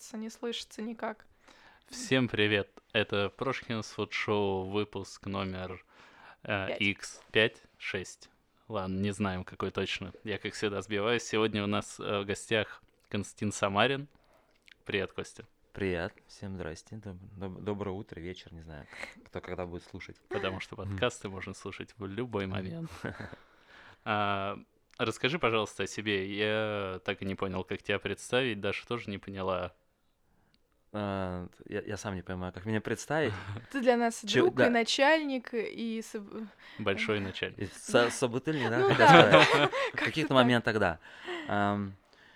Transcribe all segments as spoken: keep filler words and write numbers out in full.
слышится, не слышится никак. Всем привет! Это Прошкинс Фуд Шоу, выпуск номер э, Пять. икс пять шесть. Ладно, не знаем, какой точно. Я, как всегда, сбиваюсь. Сегодня у нас э, в гостях Константин Самарин. Привет, Костя. Привет, всем здрасте, Доб- доб- доброе утро, вечер, не знаю, кто когда будет слушать. Потому что подкасты можно слушать в любой момент. А, расскажи, пожалуйста, о себе. Я так и не понял, как тебя представить. Даша тоже не поняла. А, Я, я сам не понимаю, как меня представить. Ты для нас Чё- друг да. и начальник, и... соб- Большой начальник. И со- Собутыльник, да, Ну хотел да. сказать? В Как-то каких-то так. моментах, да. Ам,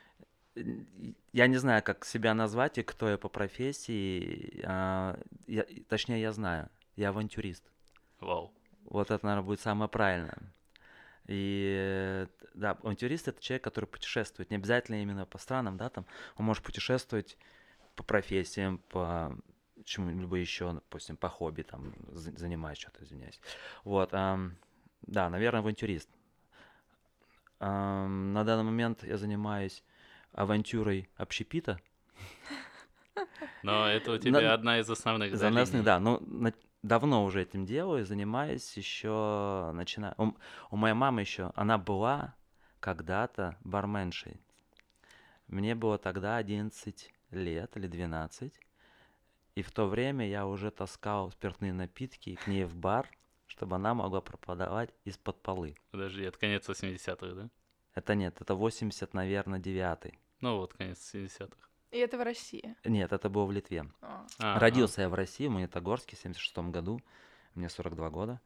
Я не знаю, как себя назвать и кто я по профессии. а, я- Точнее, я знаю, я авантюрист. Вау. Вот это, наверное, будет самое правильное. И э, да, авантюрист — это человек, который путешествует, не обязательно именно по странам, да, там он может путешествовать по профессиям, по чему-либо еще, допустим, по хобби, там, за- занимаясь что-то, извиняюсь. Вот, ам, да, наверное, авантюрист. Ам, на данный момент я занимаюсь авантюрой общепита. Но это у На- тебя одна из основных да, Заносных, линий. да, ну, на- давно уже этим делаю, занимаюсь еще, начиная... У, м- у моей мамы еще, она была когда-то барменшей. Мне было тогда одиннадцать лет или двенадцать. И в то время я уже таскал спиртные напитки к ней в бар, чтобы она могла продавать из-под полы. Подожди, это конец восьмидесятых, да? Это нет, это восемьдесят, наверное, девятый. Ну вот, конец семидесятых. И это в России. Нет, это было в Литве. А. А, Родился я в России, в Магнитогорске, в семьдесят шестом году. Мне сорок два года.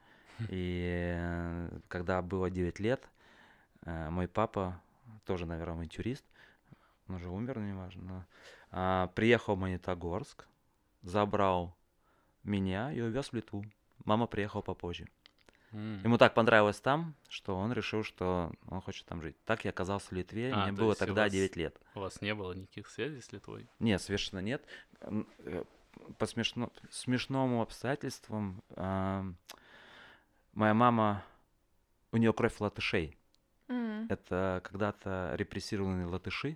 И э, когда было девять лет, э, мой папа, тоже, наверное, авантюрист, он уже умер, но неважно, но, а, приехал в Магнитогорск, забрал меня и увез в Литву. Мама приехала попозже. а. М. Ему так понравилось там, что он решил, что он хочет там жить. Так я оказался в Литве, А, мне то было есть у тогда вас- девять лет. У вас не было никаких связей с Литвой? Нет, совершенно нет. М, э, По смешно- смешному обстоятельствам ам, моя мама, у нее кровь латышей. М. Это когда-то репрессированные латыши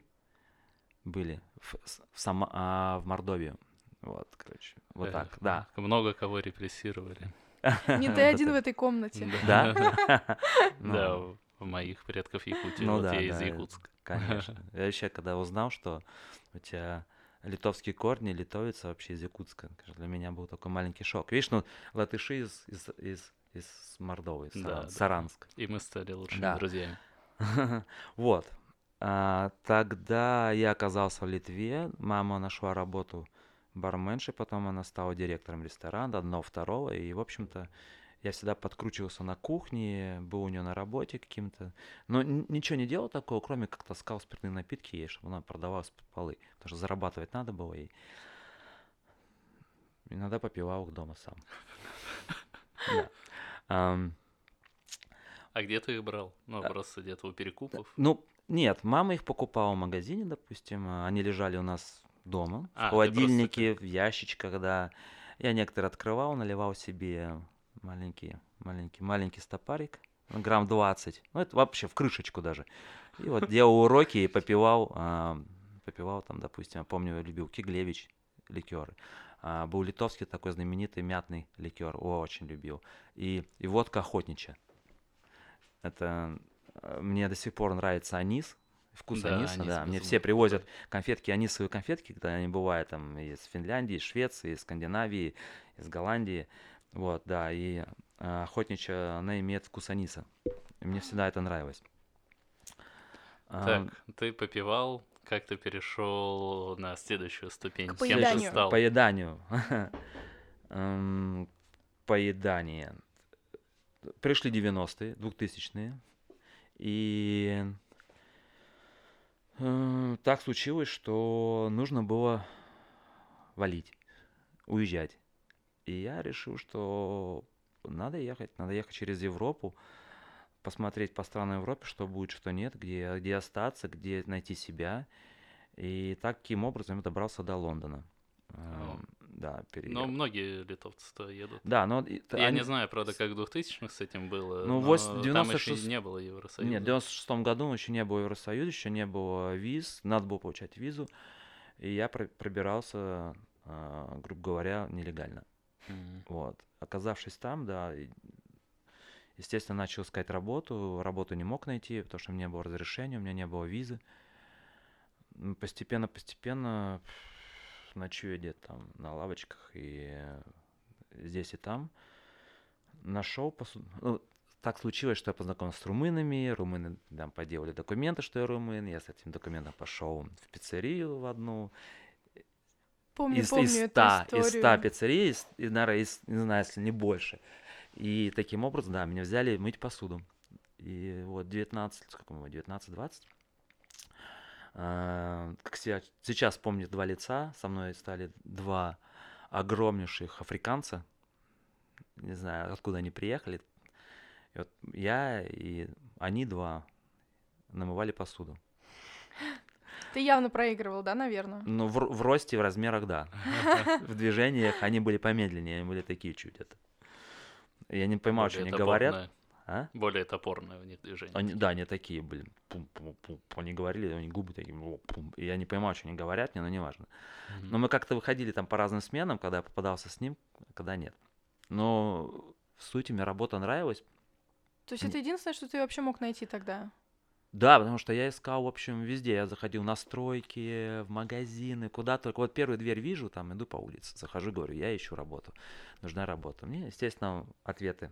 были в, с- в, Сама- а, в Мордовии. Вот, короче, вот так, Эх, да. Много кого репрессировали. Не ты Да один ты- в этой комнате. Да? Да, Ну, у моих предков Якутии, Ну вот да, я из да, Якутска. конечно. Я еще когда узнал, что у тебя литовские корни, литовец вообще из Якутска, конечно, для меня был такой маленький шок. Видишь, ну, латыши из, из, из, из Мордовы, из Да, Саран- да. Саранска. И мы стали лучшими Да. друзьями. Вот. А, тогда я оказался в Литве, мама нашла работу барменшей, потом она стала директором ресторана, одного, второго, и, в общем-то, я всегда подкручивался на кухне, был у нее на работе каким-то, но н- ничего не делал такого, кроме как таскал спиртные напитки ей, чтобы она продавала с-под полы, потому что зарабатывать надо было, и иногда попивал их дома сам. Да. Ам, А где ты их брал? Ну, А, просто где-то у перекупов. Ну, нет, мама их покупала в магазине, допустим, а они лежали у нас дома, А, в ты холодильнике, в ящичках, да. Я некоторые открывал, наливал себе маленький, маленький, маленький стопарик, ну, грамм двадцать, ну, это вообще в крышечку даже. И вот делал уроки и попивал, а, попивал там, допустим, я помню, я любил Киглевич ликеры. А, был литовский такой знаменитый мятный ликер, очень любил. И, и водка охотничья. Это э, мне до сих пор нравится анис, вкус Да, аниса, анис да. Мне безумно все привозят крутой. конфетки, анисовые конфетки, когда они бывают там из Финляндии, из Швеции, из Скандинавии, из Голландии. Вот, да, и э, охотничья, она имеет вкус аниса. И мне всегда это нравилось. А, Так, ты попивал, как ты перешел на следующую ступень? К Кем ты поеданию. стал? Поеданию. М, Поедание. Пришли девяностые, двухтысячные. И э, так случилось, что нужно было валить, уезжать. И я решил, что надо ехать, надо ехать через Европу, посмотреть по странам Европы, что будет, что нет, где, где остаться, где найти себя. И таким образом я добрался до Лондона. О. Эм, Да, Но переехал. многие литовцы-то едут. Да, но и- т- Я они- не знаю, правда, как в двухтысячных с этим было, Ну, но вось- там девяносто еще шест- не было Евросоюза. Нет, в девяносто шестом году еще не было Евросоюза, еще не было виз, надо было получать визу. И я про- пробирался, а, грубо говоря, нелегально. М. Вот. Оказавшись там, да, и, естественно, начал искать работу. Работу не мог найти, потому что у меня не было разрешения, у меня не было визы. М, Постепенно, постепенно ночую где-то там на лавочках и э, здесь и там. Нашел посуду. Ну, так случилось, что я познакомился с румынами. Румыны там поделали документы, что я румын. Я с этим документом пошел в пиццерию в одну. Помню, Из, из помню эту ста, из ста историю. пиццерий, из, и, наверное, из, не знаю, если не больше. И таким образом, да, меня взяли мыть посуду. И вот девятнадцать, сколько мы, девятнадцать-двадцать. А, Как ся- сейчас помню два лица. Со мной стали два огромнейших африканца. Не знаю, откуда они приехали. И вот я и они два намывали посуду. Ты явно проигрывал, да, наверное? Ну, в, р- в росте, в размерах, да. В движениях они были помедленнее, они были такие чуть это. Я не понимал, что Более они говорят. топорное. А? Более топорное у них движение. Они, да, они такие, блин, пум-пум-пум. Они говорили, они губы такие, ло, пум. И я не понимал, что они говорят мне, но неважно. Мгм. Но мы как-то выходили там по разным сменам, когда я попадался с ним, когда нет. Но в сути мне работа нравилась. То есть Не- это единственное, что ты вообще мог найти тогда? Да, потому что я искал, в общем, везде. Я заходил на стройки, в магазины, куда только. Вот первую дверь вижу, там иду по улице, захожу, говорю, я ищу работу. Нужна работа. Мне, естественно, ответы.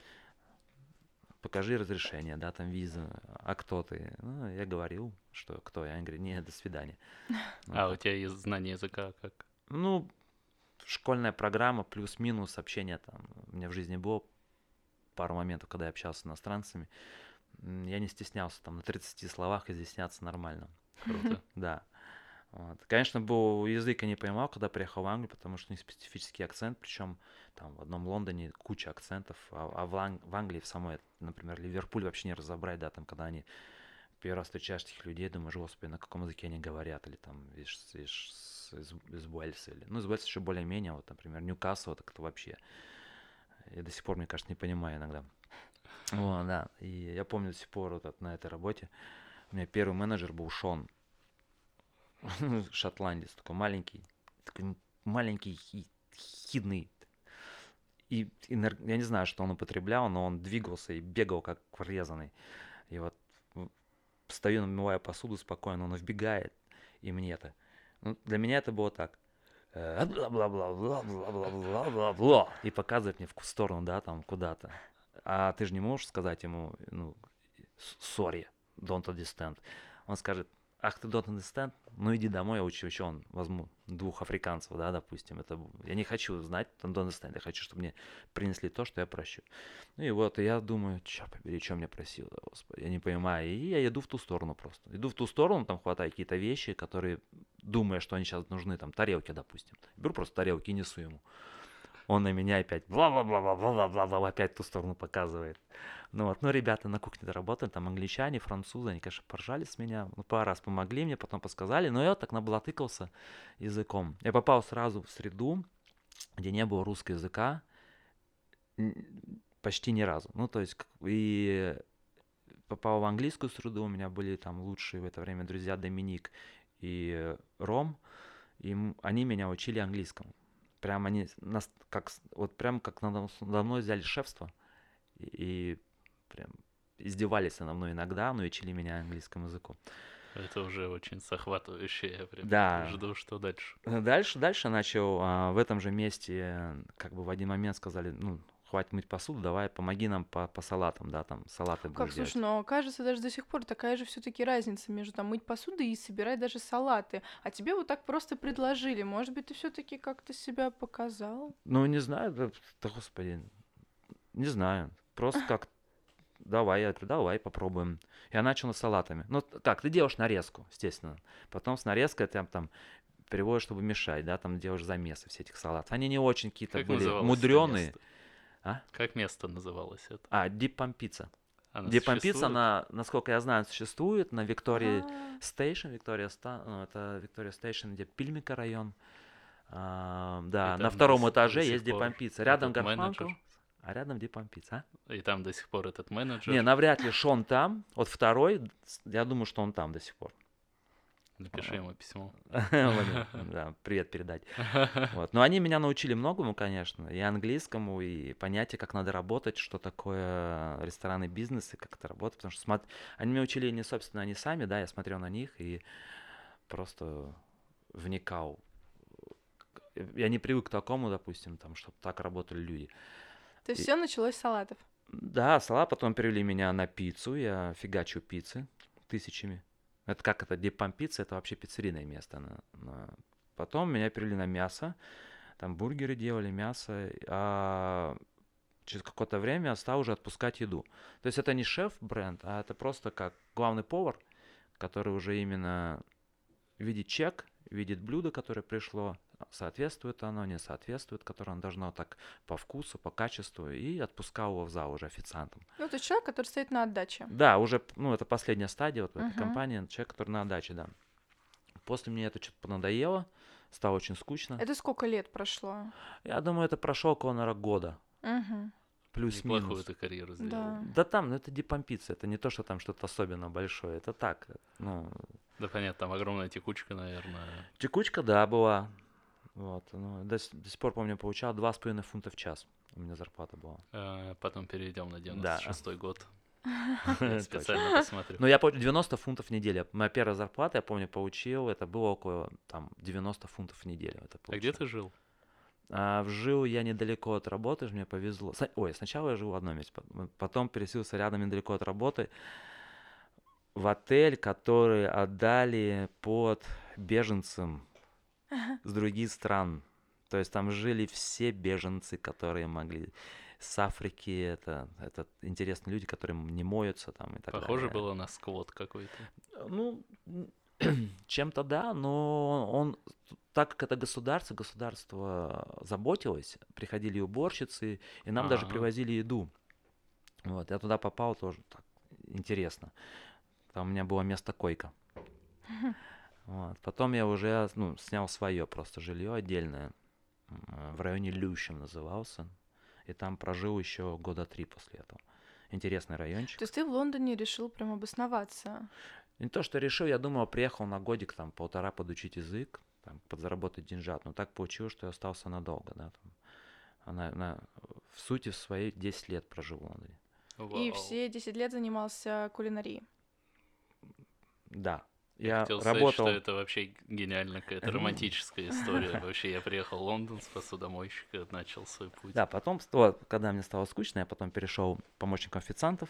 Покажи разрешение, да, там виза, а кто ты? Ну, я говорил, что кто я. Они говорят, нет, до свидания. Вот А у так. тебя есть знание языка как? Ну, школьная программа плюс-минус общение там. У меня в жизни было пару моментов, когда я общался с иностранцами. М, Я не стеснялся там на тридцати словах изъясняться нормально. Круто. Да. Вот. Конечно, был язык я не понимал, когда приехал в Англию, потому что у них специфический акцент, причем там в одном Лондоне куча акцентов, а, а в, Ан- в Англии в самой, например, Ливерпуль вообще не разобрать, да, там, когда они первый раз встречаешь этих людей, думаешь, господи, на каком языке они говорят, или там из, из, из, из Уэльса, или, ну, из Уэльса еще более-менее, вот, например, Ньюкасл, так это вообще, я до сих пор, мне кажется, не понимаю иногда. Вот, да, и я помню до сих пор вот это- на этой работе, у меня первый менеджер был Шон, шотландец, такой маленький, такой маленький, хи- хидный. И энер- я не знаю, что он употреблял, но он двигался и бегал как врезанный. И вот м, стою, намываю посуду спокойно, он вбегает, и мне это. Ну, для меня это было так. э, бла-бла-бла-бла-бла-бла-бла-бла, И показывает мне в ку- сторону, да, там куда-то. А ты же не можешь сказать ему, ну, sorry, don't understand. Он скажет, ах, ты don't understand? Ну иди домой, я учу еще он возьму двух африканцев, да, допустим. Это, б- я не хочу знать don't understand, я хочу, чтобы мне принесли то, что я прощу. Ну и вот, и я думаю, черт побери, что мне просил, да, господи, я не понимаю. И я иду в ту сторону просто. Иду в ту сторону, там хватаю какие-то вещи, которые, думая, что они сейчас нужны, там, тарелки, допустим. Беру просто тарелки и несу ему. Он на меня опять бла-бла-бла-бла-бла-бла-бла, опять в ту сторону показывает. Ну вот, ну ребята на кухне работали, там англичане, французы, они, конечно, поржали с меня. Ну, пару раз помогли мне, потом подсказали, но я так наблатыкался языком. Я попал сразу в среду, где не было русского языка н- почти ни разу. Ну, то есть, к- и попал в английскую среду, у меня были там лучшие в это время друзья Доминик и э, Ром, и м- они меня учили английскому. Прям они нас, как, с- вот прям как надо, надо мной взяли шефство и, и прям издевались надо мной иногда, но учили меня английскому языку. Это уже очень захватывающе. Я прям Да. жду, что дальше. Э, Дальше, дальше начал а, в этом же месте, э, как бы в один момент сказали, ну, хватит мыть посуду, давай помоги нам по, по салатам, да, там салаты Как, будешь слушай, делать. но кажется, даже до сих пор такая же все-таки разница между там мыть посуду и собирать даже салаты. А тебе вот так просто предложили. Может быть, ты все-таки как-то себя показал? Ну, не знаю, да, да, господи, не знаю, просто как, давай, я говорю, давай, попробуем. Я начал с салатами. Ну, т- как, ты делаешь нарезку, естественно. Потом с нарезкой ты там, там переводишь, чтобы мешать, да, там делаешь замесы всех этих салатов. Они не очень какие-то Как были называлось это мудреные. место? А? Как место называлось это? А, Диппам пицца. Она Диппам пицца, существует? она, насколько я знаю, существует на Виктории А, Стейшн, Виктория Ста, ну, это Виктория Стейшн, где Пильмика район. А, И да, на там до, втором с- до этаже сих есть Диппам пор пицца. Рядом этот менеджер. Гарфанкл, а рядом Диппам пицца. А? И там до сих пор этот Не, менеджер. навряд ли Шон там. Вот второй, с- я думаю, что он там до сих пор. Напиши ему письмо. Вот, да, привет передать. Вот. Но они меня научили многому, конечно, и английскому, и понятие, как надо работать, что такое ресторанный бизнес и как это работает, потому что смот- они меня учили не, собственно, они сами, да, я смотрел на них и просто вникал. Я не привык к такому, допустим, там, чтобы так работали люди. То есть И- все началось с салатов. Да, салат, потом перевели меня на пиццу, я фигачу пиццы тысячами. Это как это, Диппам пицца, это вообще пиццерийное место. На, на- Потом меня перевели на мясо, там бургеры делали, мясо, а через какое-то время я стал уже отпускать еду. То есть это не шеф-бренд, а это просто как главный повар, который уже именно видит чек, видит блюдо, которое пришло, соответствует оно, не соответствует, которое оно должно так по вкусу, по качеству, и отпускал его в зал уже официантом. Ну, то есть человек, который стоит на отдаче. Да, уже, ну, это последняя стадия вот в этой Мгм. компании, человек, который на отдаче, да. После мне это что-то понадоело, стало очень скучно. Это сколько лет прошло? Я думаю, это прошло около, наверное, года, Угу. Неплохую плюс-минус. ты карьеру Да. сделал. Да там, ну это Диппам пицца, это не то, что там что-то особенно большое, это так, ну, Да понятно, там огромная текучка, наверное. текучка, да, была, вот, ну, до, с- до сих пор, помню, получал два с половиной фунта в час, у меня зарплата была. А, Потом перейдем на Да. девяносто шестой год. Я Точно. специально посмотрю. Но я помню, девяносто фунтов в неделю, моя первая зарплата, я помню, получил, это было около, там, девяносто фунтов в неделю. Это А где получил. ты жил? А, жил я недалеко от работы, мне повезло. Сна- Ой, сначала я жил в одном месте, пот- потом переселился рядом недалеко от работы в отель, который отдали под беженцам с других стран. То есть там жили все беженцы, которые могли с Африки. Это, это интересные люди, которые не моются там и так Похоже далее. было на сквот какой-то. Ну, чем-то да, но он, так как это государство, государство заботилось, приходили уборщицы, и нам даже А. привозили еду. Вот, я туда попал тоже так интересно. Там у меня было место койка. Вот. Потом я уже ну, снял свое просто жилье отдельное. м, В районе Лющем назывался. И там прожил еще года три после этого. Интересный райончик. То есть ты в Лондоне решил прям обосноваться? Не то, что решил, я думал, приехал на годик, там, полтора подучить язык, там, подзаработать деньжат. Но так получилось, что я остался надолго, да, там. Она, она в сути в своей десять лет прожил в Лондоне. И Вау. все десять лет занимался кулинарией. Да. Я, Я хотел сказать, работал... что это вообще гениально какая-то романтическая история. Вообще, я приехал в Лондон с посудомойщика, начал свой путь. Да, потом, вот, когда мне стало скучно, я потом перешел помощником официантов.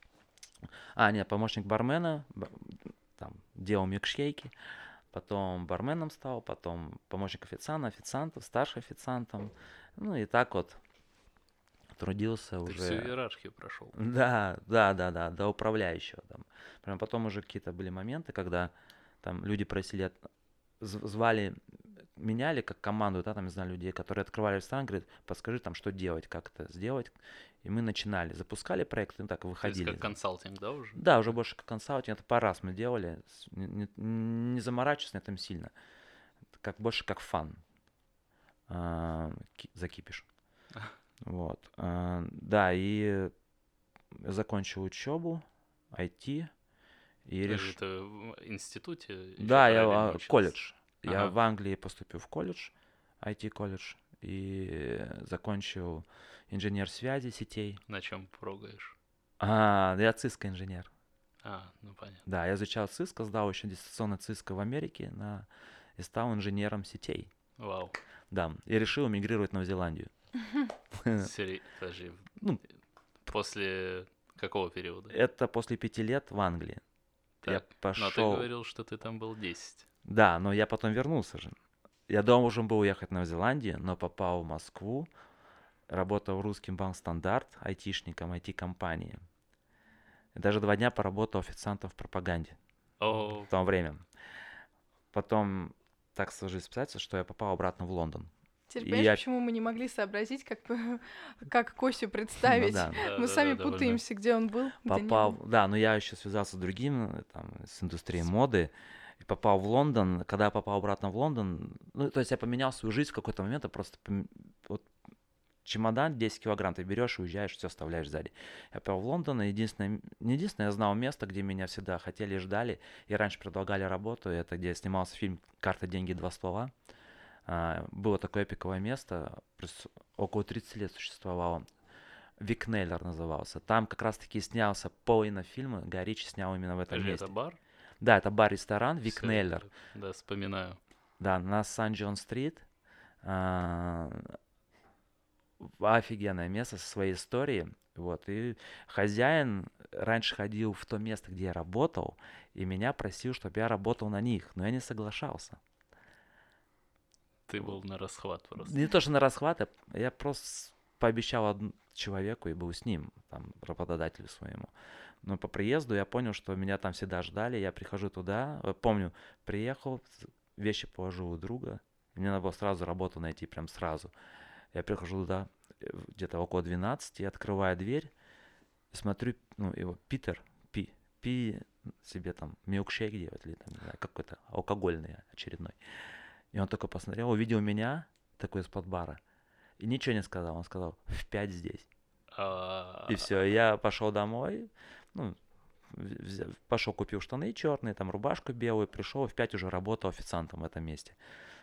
А, нет, помощник бармена, б- там, делал милкшейки. Потом барменом стал, потом помощник официанта, официантом, старшим официантом. Ну и так вот трудился Ты всю уже. иерархию прошел. Да, да, да, да, до управляющего. Там. Прям потом уже какие-то были моменты, когда там люди просили, от- з- звали, меняли как команду, да, там, не знаю, людей, которые открывали ресторан, говорят, подскажи там, что делать, как это сделать. И мы начинали, запускали проект, и так То есть выходили. как консалтинг, да, уже? Да, уже больше как консалтинг, это по раз мы делали, с- не, не- не заморачиваясь на этом сильно. Это как, больше как фан. А, ки- закипиш. Вот. а, Да, и я закончил учебу, ай ти, и Подожди, решил... Это в институте ещё Да, я параллельно а, учился? колледж. Я Ага. в Англии поступил в колледж, ай ти колледж, и закончил инженер связи сетей. На чем прогаешь? А, я Cisco инженер. А, ну понятно. Да, я изучал Cisco, сдал еще дистанционно Cisco в Америке на... и стал инженером сетей. Вау. Да, и решил эмигрировать в Новую Зеландию. Сери- Подожди. Ну. После какого периода? Это после пяти лет в Англии. Я Так, пошел... но ты говорил, что ты там был десять. Да, но я потом вернулся же. Я должен был уехать в Новую Зеландию, но попал в Москву, работал в Русским банк Стандарт, айтишником, ай ти-компании. И даже два дня поработал официантом в пропаганде О, в то время. Потом так сложилось обстоятельства, что я попал обратно в Лондон. Теперь И понимаешь, я- почему мы не могли сообразить, как, бы- как Косю Ну представить? да. да, Мы да, сами да, довольно. путаемся, где он был, где не Попал, был. да, но я еще связался с другим, э, там, с индустрией моды, и попал в Лондон. Когда я попал обратно в Лондон, ну, то есть я поменял свою жизнь в какой-то момент, я просто пом- вот чемодан десять килограмм ты берешь и уезжаешь, все оставляешь сзади. Я попал в Лондон, и единственное, не единственное, я знал место, где меня всегда хотели и ждали, и раньше предлагали работу, это где снимался фильм «Карта, деньги, два ствола». А, было такое пиковое место, плюс около тридцать лет существовало. Викнейлер назывался. Там как раз-таки снялся половина фильма, Гай Ричи снял именно в этом Подожди, месте. это бар? Да, это бар-ресторан Всё, Викнейлер. это- Да, вспоминаю. Да, на Сан-Джон-стрит. А, офигенное место со своей историей. Вот, и хозяин раньше ходил в то место, где я работал, и меня просил, чтобы я работал на них, но я не соглашался. Ты был на расхват просто. Не то, что на расхват, а я просто с- пообещал одн- человеку и был с ним, там, работодателю своему. Но по приезду я понял, что меня там всегда ждали, я прихожу туда, э, помню, приехал, с- вещи положил у друга, мне надо было сразу работу найти, прям сразу. Я прихожу туда э, где-то около двенадцати, открываю дверь, и смотрю, ну, его Питер, пи, пи себе там милкшейк делает, или там, не знаю, какой-то алкогольный очередной. И он только посмотрел, увидел меня, такой из-под бара, и ничего не сказал. Он сказал, в пять здесь. А, И все, я пошел домой, ну, пошел купил штаны черные, там рубашку белую, пришел, в пять уже работал официантом в этом месте.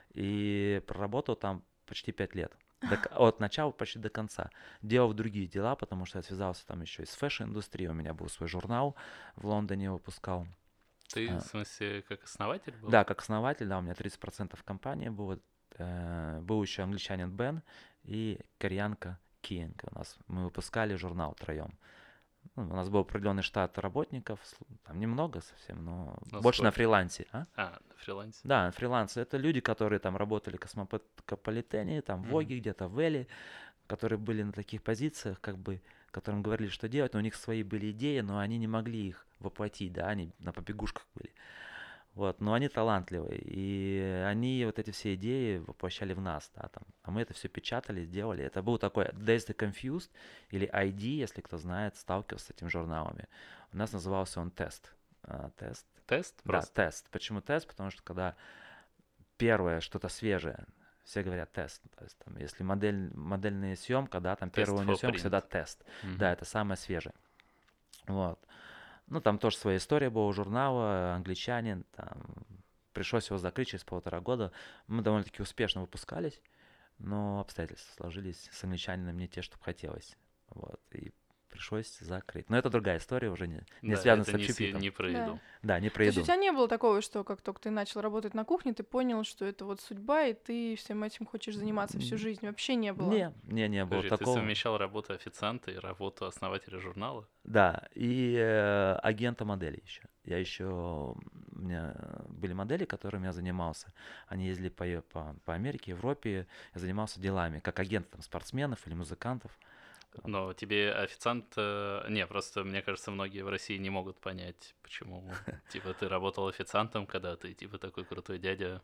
И проработал там почти пять лет. До к- от начала почти до конца. Делал другие дела, потому что я связался там еще и с фэшн-индустрией. У меня был свой журнал в Лондоне, выпускал. Ты, А, в смысле, как основатель был? Да, как основатель, да, у меня тридцать процентов компании было. Э, Был еще англичанин Бен и кореянка Кинг. У нас мы выпускали журнал втроем. Ну, у нас был определенный штат работников, с- там немного совсем, но Ну, больше на сколько? фрилансе. А? А, на фрилансе. Да, фриланс. Это люди, которые там работали в Космополитене, там в Мгм. Воге, где-то в Эле, которые были на таких позициях, как бы, которым говорили, что делать, но у них свои были идеи, но они не могли их воплотить, да, они на побегушках были. Вот, но они талантливые, и они вот эти все идеи воплощали в нас, да, там, а мы это все печатали, сделали. Это был такой Dazed and Confused, или ай ди, если кто знает, сталкивался с этими журналами. У нас назывался он Тест. А, Тест. Тест Да, просто? тест. Почему тест? Потому что когда первое что-то свежее, все говорят тест. То есть, там, если модель, модельная съемка, да, там Тест первая у for нее съемка всегда print. тест. Мгм. Да, это самое свежее. Вот. Ну, там тоже своя история была у журнала, англичанин, там, пришлось его закрыть через полтора года. Мы довольно-таки успешно выпускались, но обстоятельства сложились с англичанином не те, что хотелось. Вот, и пришлось закрыть. Но это другая история, уже не, не Да, связана это с не, с- общепитом. не про Да. еду. Да, не То про есть у еду. тебя не было такого, что как только ты начал работать на кухне, ты понял, что это вот судьба, и ты всем этим хочешь заниматься всю М, жизнь? Вообще не было. Не, не, не было Подожди, ты такого. совмещал работу официанта и работу основателя журнала? Да, и э, агента модели еще. Я еще, у меня были модели, которыми я занимался. Они ездили по, е- по, по Америке, Европе. Я занимался делами, как агент там, спортсменов или музыкантов. Но тебе официант... э, Не, просто, мне кажется, многие в России не могут понять, почему, типа, ты работал официантом, когда ты, типа, такой крутой дядя.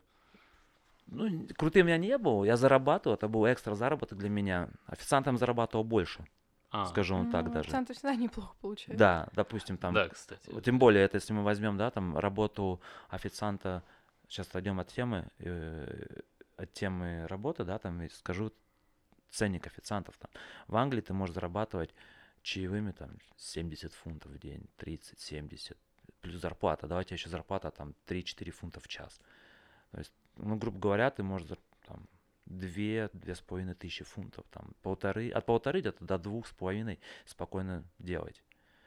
Ну, н- крутым я не был, я зарабатывал, это был экстра заработок для меня. Официантом зарабатывал больше, А, скажу вам так Ну, даже. официанты всегда неплохо получают. Да, допустим, там, да, кстати. тем более, это если мы возьмем, да, там, работу официанта, сейчас отойдем от темы, э, от темы работы, да, там, и скажу ценник официантов там. В Англии ты можешь зарабатывать чаевыми там семьдесят фунтов в день, тридцать, семьдесят, плюс зарплата. Давайте еще зарплата там три-четыре фунта в час. То есть, ну, грубо говоря, ты можешь зар- там две-две с половиной тысячи фунтов, там полторы, от полторы где-то до двух с половиной спокойно делать.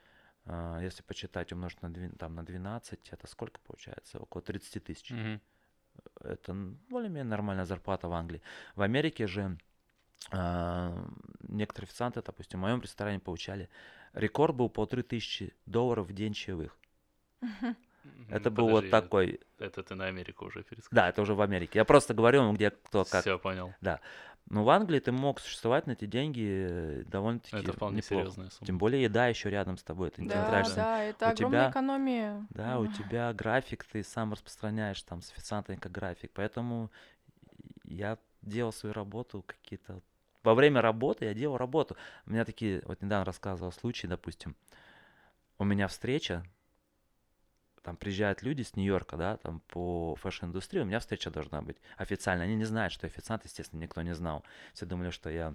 А, если почитать, умножить на, две- там, на двенадцать, это сколько получается? Около тридцать тысяч. Мгм. Это н- более-менее нормальная зарплата в Англии. В Америке же а, некоторые официанты, допустим, в моем ресторане получали, рекорд был полторы тысячи долларов в день чаевых. Мгм. Это М, был вот Подожди, такой, это ты на Америку уже перескочил. да, это уже в Америке. Я просто говорю вам, где кто как. Все, понял. Да. Но в Англии ты мог существовать на эти деньги э, довольно-таки Это вполне неплохо. серьезная сумма. Тем более еда еще рядом с тобой. Ты не Да, Да, тратишься. да, это у огромная тебя- экономия. Да, у М. тебя график, ты сам распространяешь там с официантами как график. Поэтому я делал свою работу какие-то... Во время работы я делал работу. У меня такие... Вот недавно рассказывал случай, допустим. У меня встреча, там приезжают люди с Нью-Йорка, да, там по фэшн-индустрии, у меня встреча должна быть официально. Они не знают, что я официант, естественно, никто не знал. Все думали, что я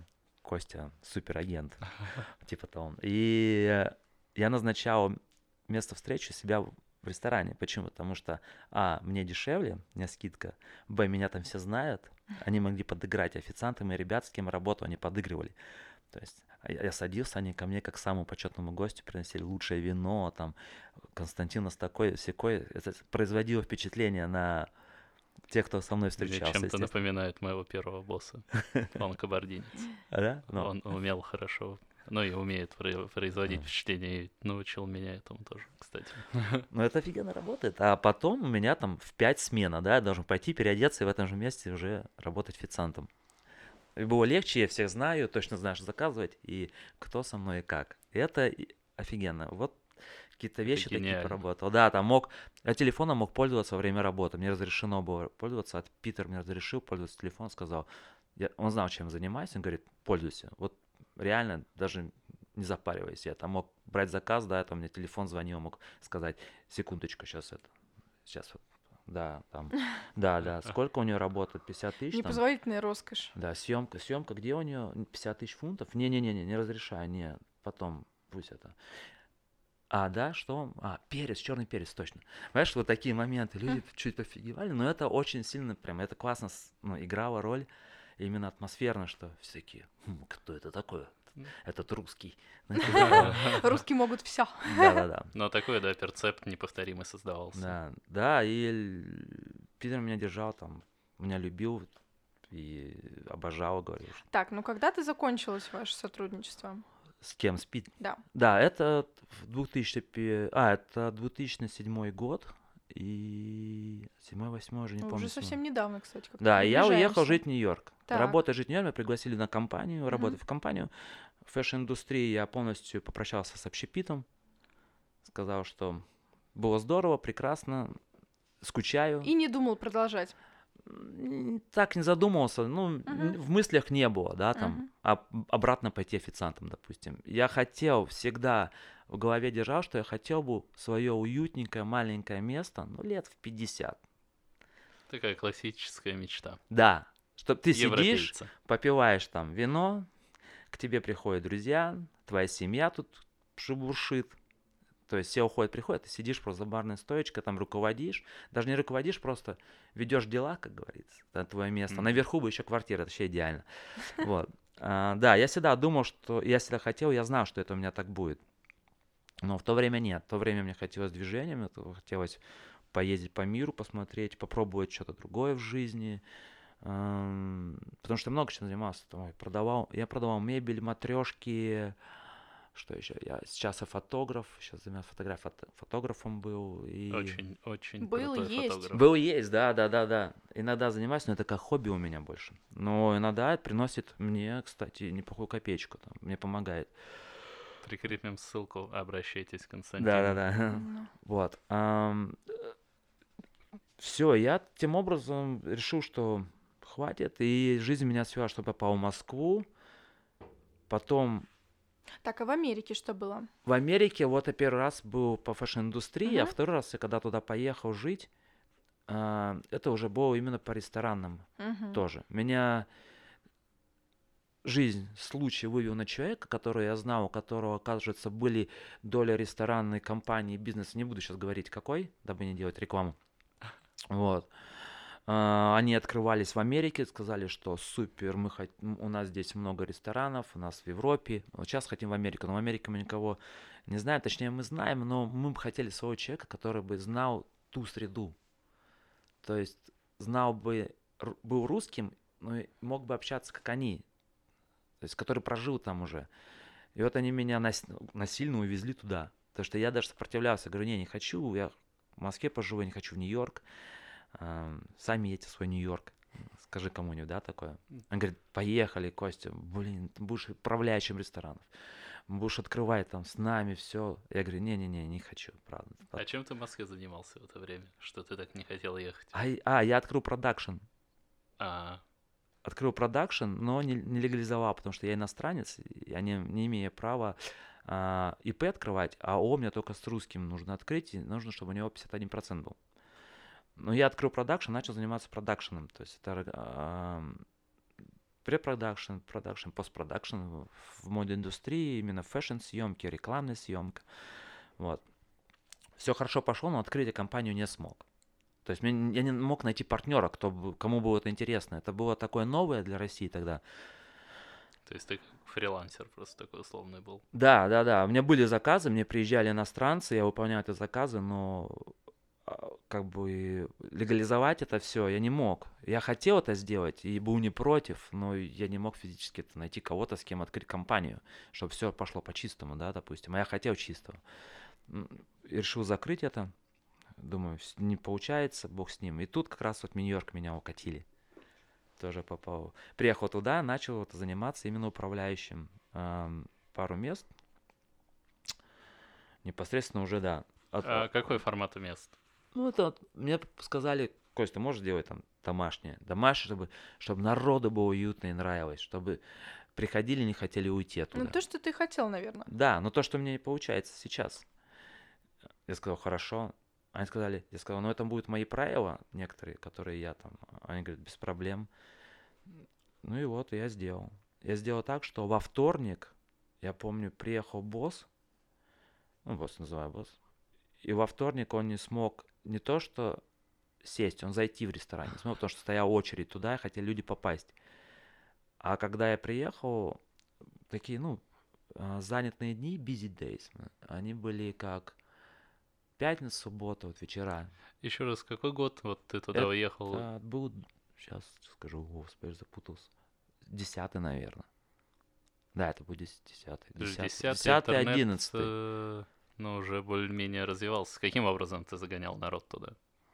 Костя суперагент, типа того. И я назначал место встречи себя в ресторане. Почему? Потому что, а, мне дешевле, у меня скидка, б, меня там все знают, они могли подыграть, официанты, мои ребята, с кем я работал, они подыгрывали. То есть я, я садился, они ко мне как к самому почетному гостю приносили лучшее вино, там, Константин нас такой, всякой. Это производило впечатление на тех, кто со мной Мне встречался. чем-то естественно. напоминает моего первого босса. Он кабардинец. А, да? Ну, Он умел хорошо, ну и умеет про- производить А. впечатление, и научил меня этому тоже, кстати. ну, это офигенно работает. А потом у меня там в пять смена, да, я должен пойти переодеться и в этом же месте уже работать официантом. И было легче, я всех знаю, точно знаю, что заказывать, и кто со мной и как. И это и- офигенно. Вот какие-то Это вещи такие гениально. поработал. Да, там мог, я телефоном мог пользоваться во время работы. Мне разрешено было пользоваться. От Питер мне разрешил пользоваться телефоном, сказал. Я, он знал, чем я занимаюсь, он говорит, пользуйся. Вот реально даже не запаривайся. Я там мог брать заказ, да, там мне телефон звонил, мог сказать, секундочку, сейчас это, сейчас вот, да, там, да, да, сколько у нее работает, пятьдесят тысяч там? Непозволительная роскошь. Да, съемка, съемка, где у нее пятьдесят тысяч фунтов? Не-не-не, не разрешаю, не, потом, пусть это. А, да, что? А, перец, черный перец, точно. Понимаешь, вот такие моменты, люди чуть пофигивали, но это очень сильно, прям, это классно, с- ну, играла роль, именно атмосферно, что все такие, «Хм, кто это такой? Этот русский. Русские могут все. Да-да-да. Но такой, да, перцепт неповторимый создавался. Да, да, и л- Питер меня держал там, меня любил и обожал, говорил. что- Так, ну когда ты закончилось ваше сотрудничество? С кем? С Пит- Да. Да, это в двухтысячный пи- а, это две тысячи седьмой год, и седьмой, восьмой, уже не Ну, помню. уже седьмой. совсем недавно, кстати. как-то Да, и я уехал приближаемся. жить в Нью-Йорк. Так. Работать жить в Нью-Йорк, меня пригласили на компанию, Мгм. работать в компанию. В фэшн-индустрии я полностью попрощался с общепитом, сказал, что было здорово, прекрасно, скучаю. И не думал продолжать. М, Так не задумывался, ну, н- Мгм. в мыслях не было, да, там, Мгм. а обратно пойти официантом, допустим. Я хотел, всегда в голове держал, что я хотел бы свое уютненькое маленькое место, ну, лет в пятьдесят. Такая классическая мечта. Да, чтобы ты сидишь, Европейца. попиваешь там вино, к тебе приходят друзья, твоя семья тут шебуршит. То есть все уходят, приходят, ты сидишь просто за барной стоечкой, там руководишь. Даже не руководишь, просто ведешь дела, как говорится. Это твое место. Мгм. Наверху бы еще квартира, это вообще идеально. Вот. А, Да, я всегда думал, что я всегда хотел, я знал, что это у меня так будет. Но в то время нет. В то время мне хотелось движением, это хотелось поездить по миру, посмотреть, попробовать что-то другое в жизни. Эм, Потому что я много чем занимался. Там я продавал, я продавал мебель, матрешки. Что еще? Я сейчас я фотограф, сейчас занимаюсь фотограф, фото- фотографом был. И... Очень, очень Был, крутой есть. фотограф. Был есть, да, да, да, да. Иногда занимаюсь, но это как хобби у меня больше. Но иногда это приносит мне, кстати, неплохую копеечку. Там, мне помогает. Прикрепим ссылку, обращайтесь к Константину. Да, да, да. Ну, Вот. Все, я тем образом решил, что хватит. И жизнь меня свела, что попал в Москву. Потом Так, а в Америке что было? в Америке вот я первый раз был по фэшн-индустрии, а Мгм. второй раз я когда туда поехал жить, а, это уже было именно по ресторанам Мгм. тоже. Меня жизнь, случай вывел на человека, которого я знал, у которого, оказывается, были доля ресторанной компании, бизнеса, не буду сейчас говорить какой, дабы не делать рекламу. Вот. А, Они открывались в Америке, сказали, что супер, мы хот- м, у нас здесь много ресторанов, у нас в Европе. Вот сейчас хотим в Америку, но в Америке мы никого не знаем, точнее мы знаем, но мы бы хотели своего человека, который бы знал ту среду. То есть знал бы, ру- был русским, но и мог бы общаться, как они, то есть который прожил там уже. И вот они меня нас- насильно увезли туда. Потому что я даже сопротивлялся, говорю, не, не хочу, я в Москве поживу, я не хочу в Нью-Йорк. Ам, Сами едьте в свой Нью-Йорк. Скажи кому-нибудь, да, такое? Он говорит, поехали, Костя, блин, ты будешь управляющим ресторанов. Будешь открывать там с нами все. Я говорю, не-не-не, не хочу, правда. А чем ты в Москве занимался в это время, что ты так не хотел ехать? А, и- а, я открыл продакшн. А, Открыл продакшн, но не, не легализовал, потому что я иностранец, и я не, не имею права а, ИП открывать, а ООО мне только с русским нужно открыть, и нужно, чтобы у него пятьдесят один процент был. Но я открыл продакшн, начал заниматься продакшеном. То есть это а, препродакшн, продакшн, постпродакшн в мод-индустрии, именно фэшн-съемки, рекламная съемка. Вот. Все хорошо пошло, но открыть компанию не смог. То есть мне, я не мог найти партнера, кто, бы- кому было это интересно. Это было такое новое для России тогда. То есть ты как фрилансер просто такой условный был. Да, да, да. У меня были заказы, мне приезжали иностранцы, я выполнял эти заказы, но а, как бы легализовать это все я не мог. Я хотел это сделать и был не против, но я не мог физически это найти кого-то, с кем открыть компанию, чтобы все пошло по-чистому, да, допустим. А я хотел чистого. М, и решил закрыть это. Думаю, вс- не получается, бог с ним. И тут как раз вот Нью-Йорк меня укатили. Тоже попал. Приехал туда, начал вот заниматься именно управляющим. Ам, пару мест. Непосредственно уже, да. От- А какой формат мест? ну, это вот мне сказали, Кость, ты можешь делать там домашнее? Домашнее, чтобы, чтобы народу было уютно и нравилось, чтобы приходили, не хотели уйти Ну, оттуда. то, что ты хотел, наверное. Да, но то, что мне не получается сейчас. Я сказал, хорошо. Они сказали, я сказал, ну это будут мои правила, некоторые, которые я там, они говорят, без проблем. Ну и вот, я сделал. Я сделал так, что во вторник, я помню, приехал босс, ну, босс называю босс, и во вторник он не смог не то что сесть, он зайти в ресторан не смог, потому что стояла очередь туда, и хотели люди попасть. А когда я приехал, такие, ну, а, занятые дни, busy days, они были как пятница, суббота, вот вечера. Еще раз, какой год вот ты туда Это уехал? был, сейчас скажу, господи, запутался. Десятый, наверное. Да, это будет десятый. Десятый, Десятый, десятый, интернет, одиннадцатый. э, ну, уже более-менее развивался. Каким образом ты загонял народ туда?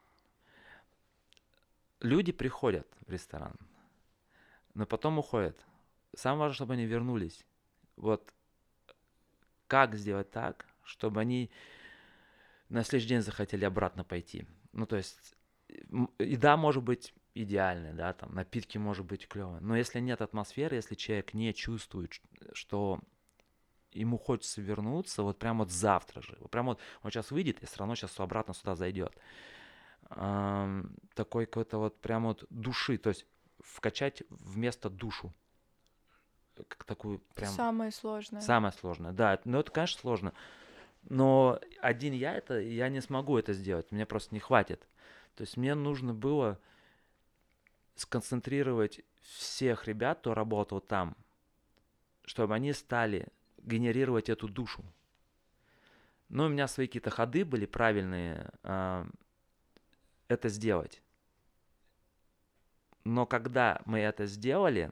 Люди приходят в ресторан, но потом уходят. Самое важное, чтобы они вернулись. Вот как сделать так, чтобы они на следующий день захотели обратно пойти. Ну, то есть, м, еда может быть идеальной, да, там, напитки может быть клевые, но если нет атмосферы, если человек не чувствует, ш- что ему хочется вернуться, вот прямо вот завтра же, вот прямо вот он сейчас выйдет и все равно сейчас обратно сюда зайдет. Ам, такой какой-то вот прямо вот души, то есть вкачать вместо душу, как такую прям Самое сложное. самое сложное, да, ну это, конечно, сложно, но один я это, я не смогу это сделать, мне просто не хватит. То есть мне нужно было сконцентрировать всех ребят, кто работал там, чтобы они стали генерировать эту душу. Ну, у меня свои какие-то ходы были правильные а, это сделать. Но когда мы это сделали,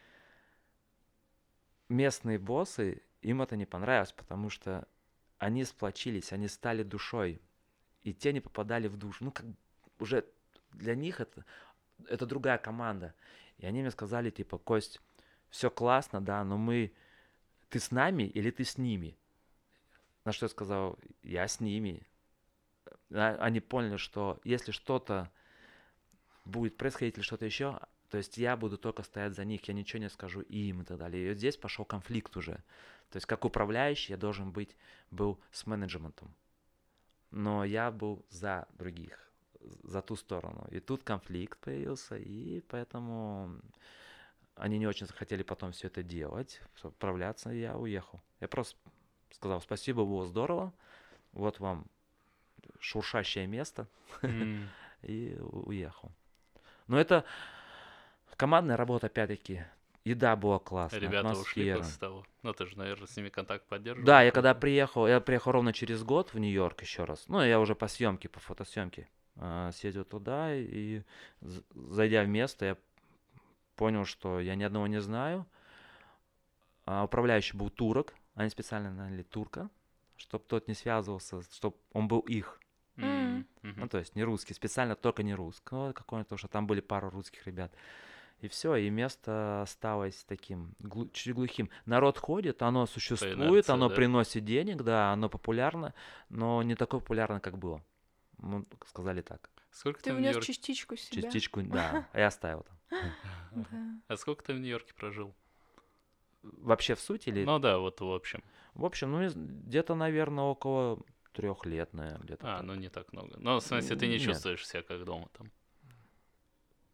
местные боссы, им это не понравилось, потому что они сплочились, они стали душой, и те не попадали в душу. Ну, как уже для них это, это другая команда. И они мне сказали, типа, Кость, все классно, да, но мы... Ты с нами или ты с ними? На что я сказал, я с ними. А- Они поняли, что если что-то будет происходить или что-то еще, то есть я буду только стоять за них, я ничего не скажу им и так далее. И вот здесь пошел конфликт уже. То есть как управляющий я должен быть, был с менеджментом. Но я был за других, за ту сторону. И тут конфликт появился, и поэтому они не очень захотели потом все это делать, справляться, и я уехал. Я просто сказал, спасибо, было здорово, вот вам шуршащее место, М, и у- уехал. Но это командная работа, опять-таки, еда была классная, Ребята ушли атмосфера. после того. Ну, ты же, наверное, с ними контакт поддерживал Да, я когда какой-то. приехал, я приехал ровно через год в Нью-Йорк еще раз. Ну, я уже по съемке, по фотосъемке а, съездил туда, и з- зайдя в место, я понял, что я ни одного не знаю. А управляющий был турок, они специально наняли турка, чтобы тот не связывался, чтобы он был их. М, М. Ну, мгм. то есть не русский, специально только не русского какого-нибудь, потому что там были пару русских ребят. И все, и место осталось таким, глу- чуть глухим. Народ ходит, оно По существует, инерции, оно да? приносит денег, да, оно популярно, но не такое популярно, как было. Ну, сказали так. Сколько ты Ты в внес Нью-Йорке? частичку себя. Частичку, да, а я оставил там. Да. А сколько ты в Нью-Йорке прожил? Вообще в сути или... Ну да, вот в общем. В общем, ну, из- где-то, наверное, около трех лет, наверное, где-то А, так. ну не так много. Ну, в смысле, ты не Нет. чувствуешь себя как дома там.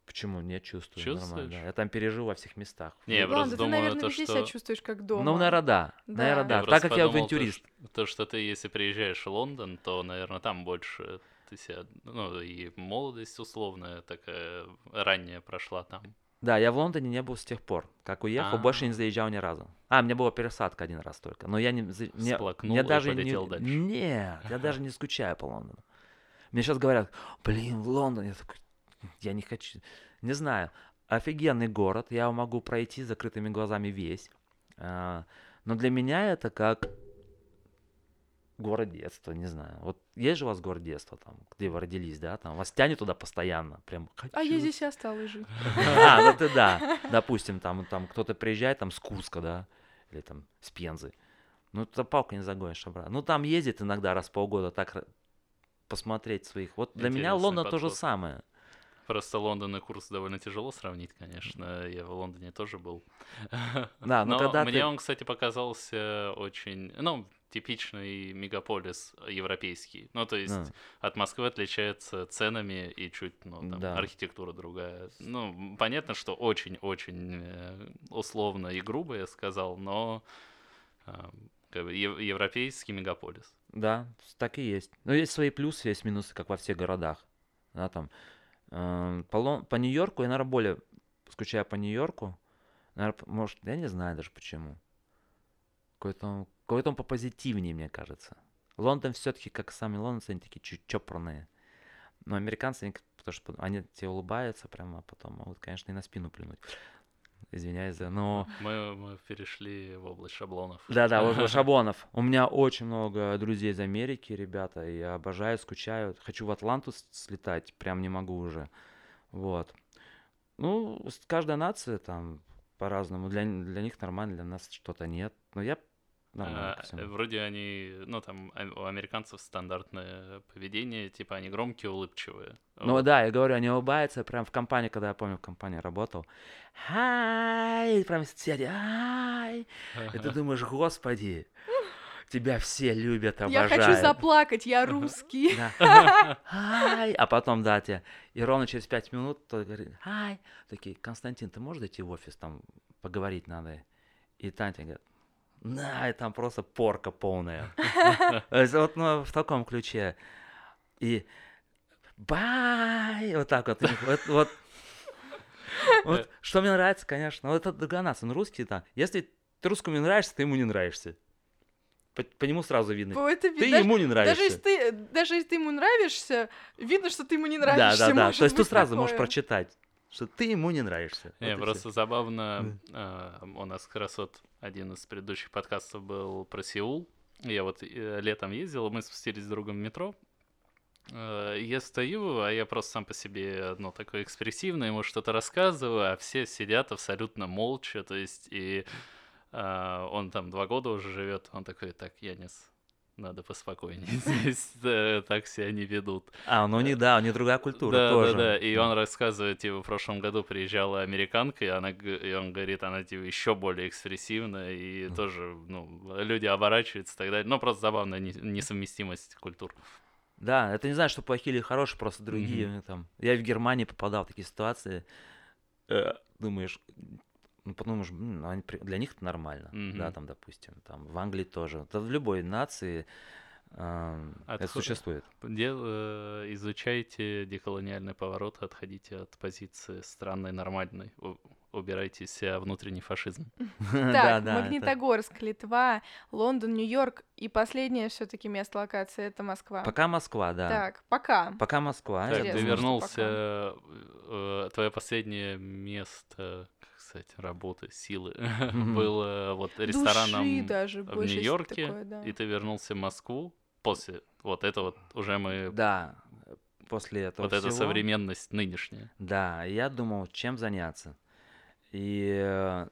Почему? Нет, чувствую, нормально. Чувствуешь? Да. Я там пережил во всех местах. Не, я Ладно, просто ты, думаю, наверное, то, везде себя что... чувствуешь как Ну, дома. наверное, да. Да. Наверное, Я да. Так просто как я подумал, то, авантюрист. ш- то, что ты, если приезжаешь в Лондон, то, наверное, там больше ты себя... Ну, и молодость условная такая ранняя прошла там. Да, я в Лондоне не был с тех пор. Как уехал, больше не А, заезжал ни разу. А, у меня была пересадка один раз только. Но я не... за- Мне, всплакнул мне и даже полетел не... дальше. Нет, я даже не скучаю по Лондону. Мне сейчас говорят, блин, в Лондоне. Я такой, я не хочу. Не знаю. Офигенный город. Я его могу пройти с закрытыми глазами весь. А, но для меня это как город детства, не знаю. Вот есть же у вас город детства, там, где вы родились, да? Там вас тянет туда постоянно. Прям А я хочу. здесь и осталась жить. А, ну ты да. Допустим, там, там кто-то приезжает там с Курска, да, или там с Пензы. Ну, это палку не загонишь обратно. Ну, там ездит иногда раз в полгода так р- посмотреть своих. Вот для меня Интересный Лондон то же подход. самое. Просто Лондон и курс довольно тяжело сравнить, конечно. Я в Лондоне тоже был. Да, ну Но когда мне ты... он, кстати, показался очень, ну, типичный мегаполис европейский. Ну, то есть Ну, от Москвы отличается ценами и чуть, ну, там, да. архитектура другая. Ну, понятно, что очень-очень э, условно и грубо я сказал, но э, как бы ев- европейский мегаполис. Да, с- так и есть. Но есть свои плюсы, есть минусы, как во всех городах. Да, там. эм, По, Лон- по Нью-Йорку я, наверное, более скучаю по Нью-Йорку. Наверное, может, я не знаю даже почему. Какой-то он, какой-то он попозитивнее, мне кажется. Лондон все-таки, как сами лондонцы, они такие чуть чопорные. Но американцы, они, к- потому что они тебе улыбаются прямо, а потом могут, конечно, и на спину плюнуть. Извиняюсь за... Но... Мы, мы перешли в область шаблонов. Да-да, вот вот шаблонов. У меня очень много друзей из Америки, ребята. и Я обожаю, скучаю. Хочу в Атланту с- слетать, прям не могу уже. Вот. Ну, с- каждая нация там по-разному. Для, н- для них нормально, для нас что-то нет. Но я нормально А, ко э, всему. Вроде они, ну там а- у американцев стандартное поведение, типа они громкие, улыбчивые. Ну Вот. да, я говорю, они улыбаются, прям в компании, когда я помню, в компании работал. Хай! Прям сидят, ай! И ты думаешь, господи, тебя все любят, Я хочу обожают. заплакать, я русский. Да. Ай! А потом, да, тебе. И ровно через пять минут кто-то говорит, ай! Такие, Константин, ты можешь зайти в офис, там поговорить надо? И Таня говорит, да, и там просто порка полная. То есть вот ну, в таком ключе. И бай! Вот так вот. у них, Вот, вот, вот что мне нравится, конечно. Вот это другая нация. Ну, русские, да. Если ты русскому не нравишься, ты ему не нравишься. По, по нему сразу видно. О, это ви- Ты даже, ему не даже нравишься. если ты, даже если ты ему нравишься, видно, что ты ему не Да, нравишься. да, да. может То есть ты быть сразу можешь такое. прочитать, что ты ему не нравишься. Вот Не, и всё. просто забавно, а, у нас как раз вот один из предыдущих подкастов был про Сеул. Я вот э, летом ездил, мы спустились с другом в метро. Э, Я стою, а я просто сам по себе, ну, такой экспрессивный, ему что-то рассказываю, а все сидят абсолютно молча, то есть, и а, он там два года уже живет, он такой, так, Янис, надо поспокойнее, здесь э, так себя не ведут. А, ну не да, у них другая культура Да, тоже. да, да. И он рассказывает, типа, в прошлом году приезжала американка, и, она, г- и он говорит, она, типа, еще более экспрессивная, и Мгм. тоже, ну, люди оборачиваются и так далее. Ну, просто забавная не- несовместимость культур. Да, это не знаю, что плохие или хорошие, просто другие. Мгм. у них там. Я в Германии попадал в такие ситуации. э, Думаешь, ну, подумаешь, «М, ну, они при- для них это нормально, да, Мгм. там, допустим, там, в Англии тоже. Да в любой нации ам, это Отхо- существует. Дел- э, изучайте деколониальный поворот, отходите от позиции странной, нормальной. У- Убирайте из себя внутренний фашизм. Да, Так, да, это- Магнитогорск, Литва, Лондон, Нью-Йорк и последнее все-таки место локации это Москва. Пока Москва, да. Так, пока. Пока Москва. Так, я ты Интересно, думаю, что вернулся, э, твое последнее место, как сказать, работы, силы, Мгм. было вот Души рестораном даже в больше, если Нью-Йорке, такое, да. и ты вернулся в Москву после. Вот это вот уже мы, Да, после этого вот эта всего, современность нынешняя. да, я думал, чем заняться. И э,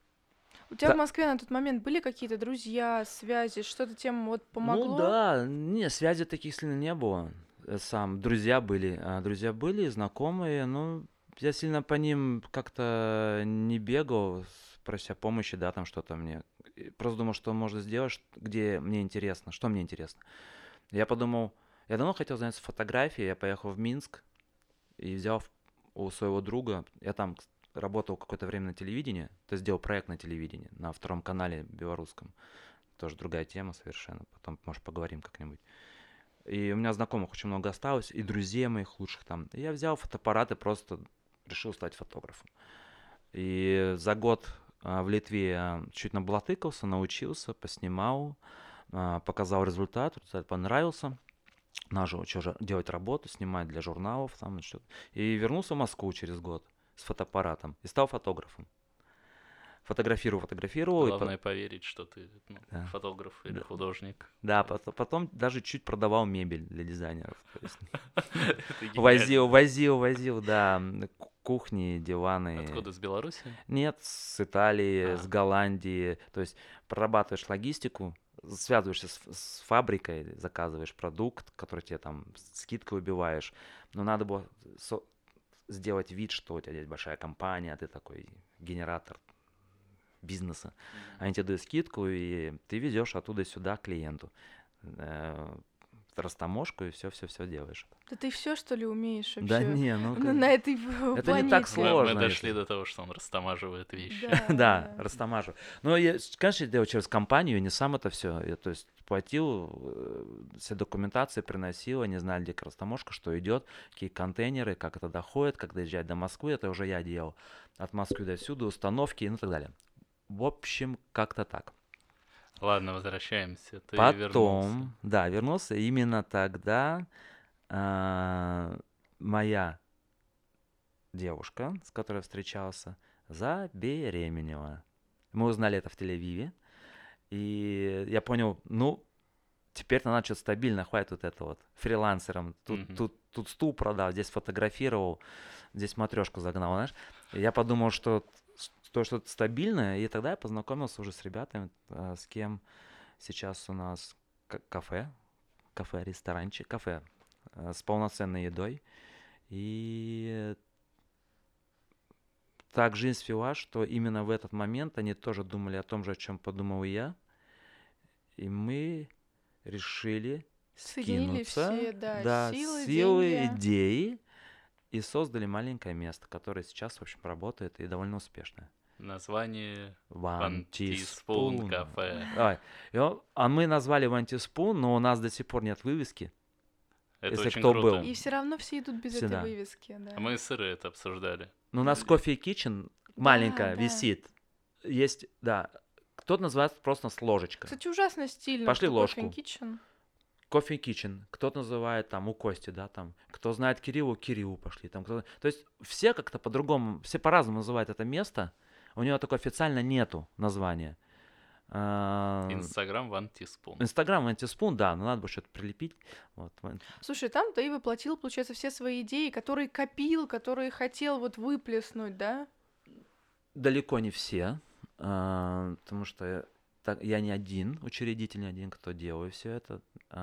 У тебя Да. в Москве на тот момент были какие-то друзья, связи, что-то тем вот помогло? Ну да, не, связи таких сильно не было. э, Сам, друзья были, а, друзья были, знакомые, ну, я сильно по ним как-то не бегал, с- прося помощи, да, там что-то мне. И Просто думал, что можно сделать, ш- где мне интересно, что мне интересно. Я подумал, я давно хотел заняться фотографией, я поехал в Минск и взял в- у своего друга, я там работал какое-то время на телевидении, то есть делал проект на телевидении, на втором канале белорусском. Тоже другая тема совершенно, потом, может, поговорим как-нибудь. И у меня знакомых очень много осталось, и друзей моих лучших там. И я взял фотоаппарат и просто решил стать фотографом. И за год а, в Литве я чуть наблатыкался, научился, поснимал, а, показал результат, результат понравился. Начал что же делать работу, снимать для журналов там что-то. И вернулся в Москву через год с фотоаппаратом и стал фотографом. Фотографировал, фотографировал. Главное и по... поверить, что ты ну, да. фотограф или да. художник. Да, потом, потом даже чуть продавал мебель для дизайнеров. Возил, возил, возил, да, кухни, диваны. Откуда, с Беларуси? Нет, с Италии, с Голландии. То есть прорабатываешь логистику, связываешься с, с фабрикой, заказываешь продукт, который тебе там скидкой убиваешь. Но надо было со- сделать вид, что у тебя здесь большая компания, ты такой генератор бизнеса. Mm-hmm. Они тебе дают скидку, и ты везешь оттуда сюда клиенту. Растаможку и все-все-все делаешь. Да ты все, что ли, умеешь вообще? Да не, ну... На, на этой планете. Это не так сложно. Мы, мы дошли до того, что он растамаживает вещи. Да, да, растамаживаю. Но, я, конечно, я делал через компанию, не сам это все. Я, то есть, платил, все документации приносил, не знали, где растаможка, что идет, какие контейнеры, как это доходит, как доезжать до Москвы, это уже я делал. От Москвы до сюда, установки, ну и так далее. В общем, как-то так. Ладно, возвращаемся. Ты Потом, вернулся. да, вернулся. Именно тогда э, моя девушка, с которой я встречался, забеременела. Мы узнали это в Тель-Авиве. И я понял, ну, теперь-то надо что-то стабильно, хватит вот это вот фрилансером. Тут, mm-hmm. тут, тут стул продал, здесь фотографировал, здесь матрешку загнал, знаешь. И я подумал, что то что-то стабильное, и тогда я познакомился уже с ребятами, с кем сейчас у нас кафе, кафе, ресторанчик, кафе с полноценной едой. И так жизнь свела, что именно в этот момент они тоже думали о том же, о чем подумал и я. И мы решили Соединили скинуться, все, да, да, силы, силы, деньги. идеи, и создали маленькое место, которое сейчас, в общем, работает и довольно успешно. Название One Teaspoon кафе. А, а мы назвали One Teaspoon, но у нас до сих пор нет вывески. Это если очень кто круто. был. И все равно все идут без Всегда. этой вывески. Да. А мы с Ирой это обсуждали. Ну, у нас Coffee Kitchen маленькая да. висит. Есть, да. Кто-то называет просто с ложечкой. Кстати, ужасно стильно. Пошли ложку. Coffee Kitchen. Coffee Kitchen. Кто-то называет там у Кости, да, там. Кто знает Кириллу, Кириллу пошли. Там, кто... То есть все как-то по-другому, все по-разному называют это место. У него такого официально нету названия. Инстаграм One Teaspoon. Инстаграм One Teaspoon, да, но надо бы что-то прилепить. Вот. Слушай, там ты воплотил, получается, все свои идеи, которые копил, которые хотел вот выплеснуть, да? Далеко не все, потому что так, я не один учредитель, не один, кто делает все это.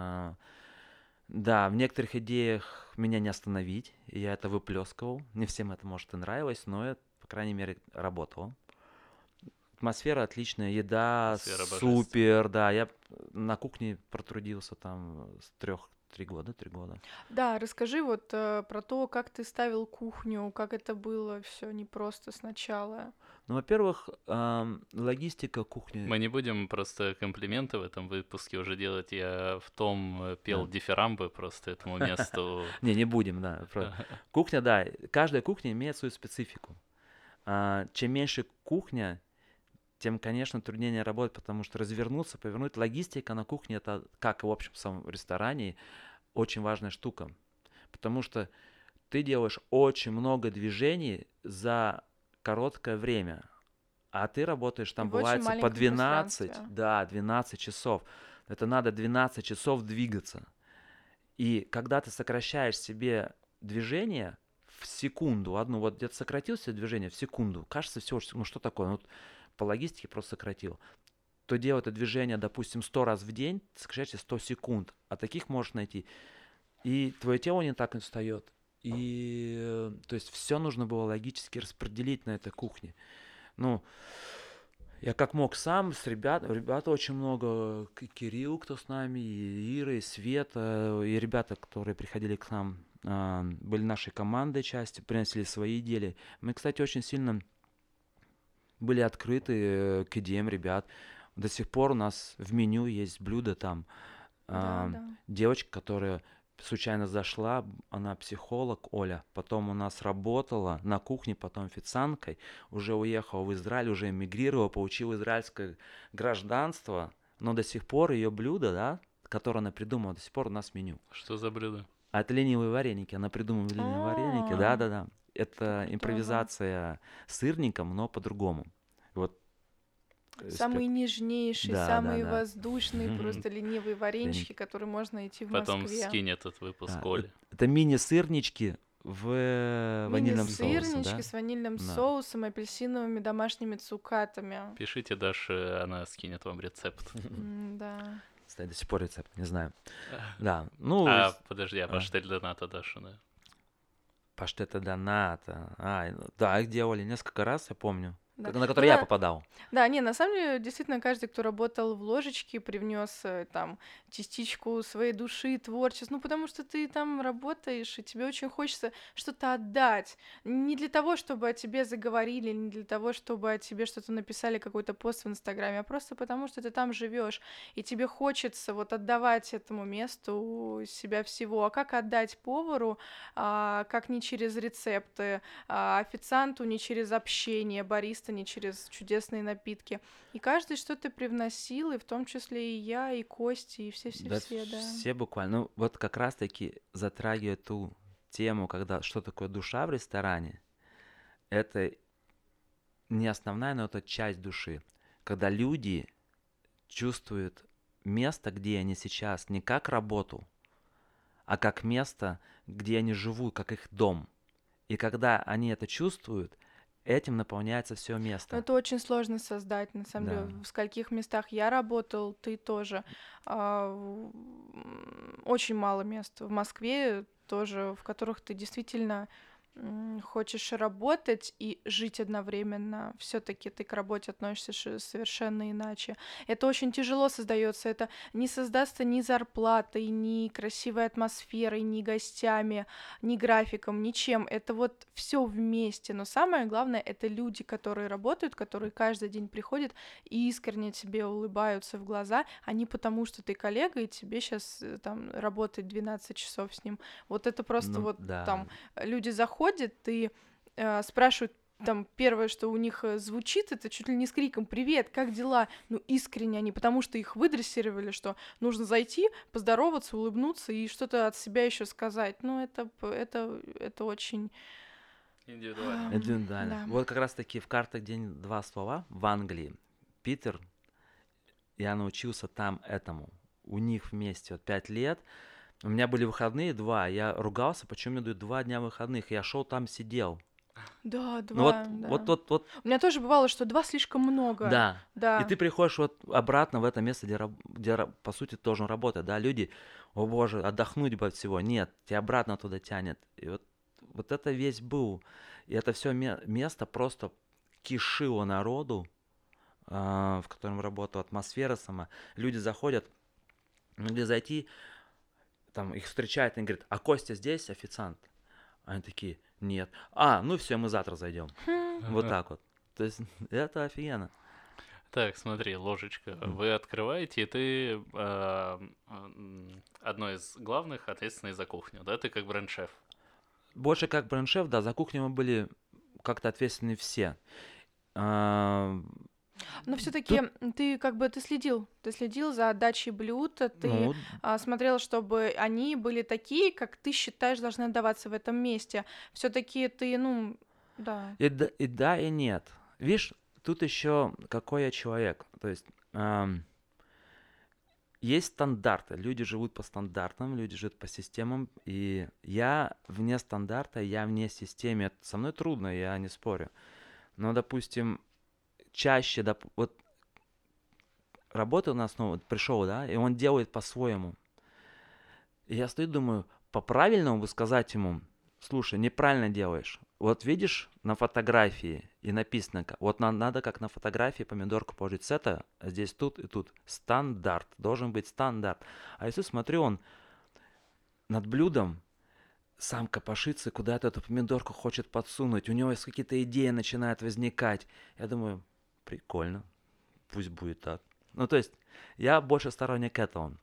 Да, в некоторых идеях меня не остановить, и я это выплескивал. Не всем это, может, и нравилось, но я, по крайней мере, работал. Атмосфера отличная, еда Атмосфера супер, да. Я на кухне протрудился там с трех, три года, три года. Да, расскажи вот э, про то, как ты ставил кухню, как это было все непросто сначала. Ну, во-первых, э, логистика кухни. Мы не будем просто комплименты в этом выпуске уже делать. Я в том пел да. дифирамбы просто этому месту. Не, не будем, да. Кухня, да. Каждая кухня имеет свою специфику. Чем меньше кухня, тем, конечно, труднее работать, потому что развернуться, повернуть. Логистика на кухне — это, как и в общем в самом ресторане, очень важная штука. Потому что ты делаешь очень много движений за короткое время, а ты работаешь там, бывает, по двенадцать, да, двенадцать часов. Это надо двенадцать часов двигаться. И когда ты сокращаешь себе движение в секунду, одну, вот где-то сократил себе движение в секунду, кажется, все, ну что такое, ну, по логистике просто сократил, то делать это движение, допустим, сто раз в день, сокращаете сто секунд, а таких можешь найти. И твое тело не так устает. И, то есть, все нужно было логически распределить на этой кухне. Ну, я как мог сам, с ребят, ребята очень много, Кирилл, кто с нами, и Ира, и Света, и ребята, которые приходили к нам а, были нашей командой части, принесли свои идеи. Мы, кстати, очень сильно были открыты э, к идеям ребят. До сих пор у нас в меню есть блюдо там. Да, а, да. Девочка, которая случайно зашла, она психолог, Оля, потом у нас работала на кухне, потом официанткой, уже уехала в Израиль, уже эмигрировала, получила израильское гражданство, но до сих пор ее блюдо, да, которое она придумала, до сих пор у нас в меню. Что за блюдо? А это ленивые вареники, она придумала ленивые вареники, А, да-да-да. Это как здорово. импровизация сырником, но по-другому. Вот. э, Самые спек- нежнейшие, Да, самые да, да. воздушные, просто ленивые варенички, Вареники. которые можно найти в Потом Москве. скинь этот выпуск Да, Оле. это мини-сырнички в э, ванильном соусе, Мини-сырнички да? с ванильным Да. соусом, апельсиновыми домашними цукатами. Пишите Даше, она скинет вам рецепт. М, Да. Кстати, до сих пор рецепт, не знаю. Да, ну, А, с- подожди, а а. паштель доната Дашина? паштета доната. А, ну, да, их делали несколько раз, я помню. Да. к- На Ну, которые я на- попадал. Да, не, на самом деле, действительно, каждый, кто работал в ложечке, привнес э, там частичку своей души, творчества. Ну, потому что ты там работаешь, и тебе очень хочется что-то отдать. Не для того, чтобы о тебе заговорили, не для того, чтобы о тебе что-то написали, какой-то пост в Инстаграме, а просто потому, что ты там живешь, и тебе хочется вот отдавать этому месту себя всего. А как отдать повару, а, как не через рецепты, а, официанту не через общение, бариста не через чудесные напитки. И каждый что-то привносил, и в том числе и я, и Костя, и Да, все-все-все, да. все буквально. Ну, вот как раз-таки затрагивая ту тему, когда что такое душа в ресторане, это не основная, но это часть души. Когда люди чувствуют место, где они сейчас, не как работу, а как место, где они живут, как их дом. И когда они это чувствуют, этим наполняется все Но место. это очень сложно создать, на самом Да. деле. В скольких местах я работал, ты тоже. А, в- м, Очень мало мест. В Москве тоже, в которых ты действительно м, хочешь работать и жить одновременно. Все-таки ты к работе относишься ш- совершенно иначе. Это очень тяжело создается. Это не создастся ни зарплатой, ни красивой атмосферой, ни гостями, ни графиком, ничем. Это вот все вместе. Но самое главное, это люди, которые работают, которые каждый день приходят и искренне тебе улыбаются в глаза, а не потому, что ты коллега, и тебе сейчас там работать двенадцать часов с ним. Вот это просто Ну, вот да. там люди заходят, и э, спрашивают, там первое, что у них э, звучит, это чуть ли не с криком «Привет, как дела?» Ну, искренне они, потому что их выдрессировали, что нужно зайти, поздороваться, улыбнуться и что-то от себя еще сказать. Ну, это, п- это, это очень... Индивидуально. Ам, Индивидуально. да. Вот как раз-таки в картах день два слова в Англии. Питер, я научился там этому. У них вместе вот пять лет. У меня были выходные два. Я ругался, почему мне дают два дня выходных. Я шел там, сидел. Да, Ну вот, два, да. вот, вот, вот, У меня тоже бывало, что два слишком много. да. Да. И ты приходишь вот обратно в это место, где, раб- где ра- по сути, должен работать, да, люди, о боже, отдохнуть бы от всего. Нет, тебя обратно туда тянет. И вот, вот это весь был. И это все место просто кишило народу, а, в котором работала атмосфера сама. Люди заходят, могли зайти, там их встречают, они говорят, а Костя здесь, официант? Они такие, нет. А, ну все, мы завтра зайдем. Хм. Вот так вот. То есть это офигенно. Так, смотри, ложечка. Мгм. Вы открываете, и ты а, м, одно из главных ответственный за кухню, да? Ты как бренд-шеф. Больше как бренд-шеф, да, за кухней мы были как-то ответственны все. А, Но все-таки ты как бы ты следил, ты следил за отдачей блюд, ты ну, а, смотрел, чтобы они были такие, как ты считаешь, должны отдаваться в этом месте. Все-таки ты, ну, да. и, да, и да, и нет. Видишь, тут еще какой я человек. То есть ам, есть стандарты. Люди живут по стандартам, люди живут по системам. И я вне стандарта, я вне системы. Это со мной трудно, я не спорю. Но, допустим, чаще, доп- вот работа у нас, ну, вот пришел, да, и он делает по-своему. И я стою, думаю, по-правильному бы сказать ему, слушай, неправильно делаешь. Вот видишь на фотографии и написано, ка- вот на- надо как на фотографии помидорку положить с это, а здесь тут и тут. Стандарт, должен быть стандарт. А если смотрю, он над блюдом сам копошится, куда-то эту помидорку хочет подсунуть, у него есть какие-то идеи начинают возникать. Я думаю, прикольно, пусть будет так. Ну, то есть, я больше сторонник этого.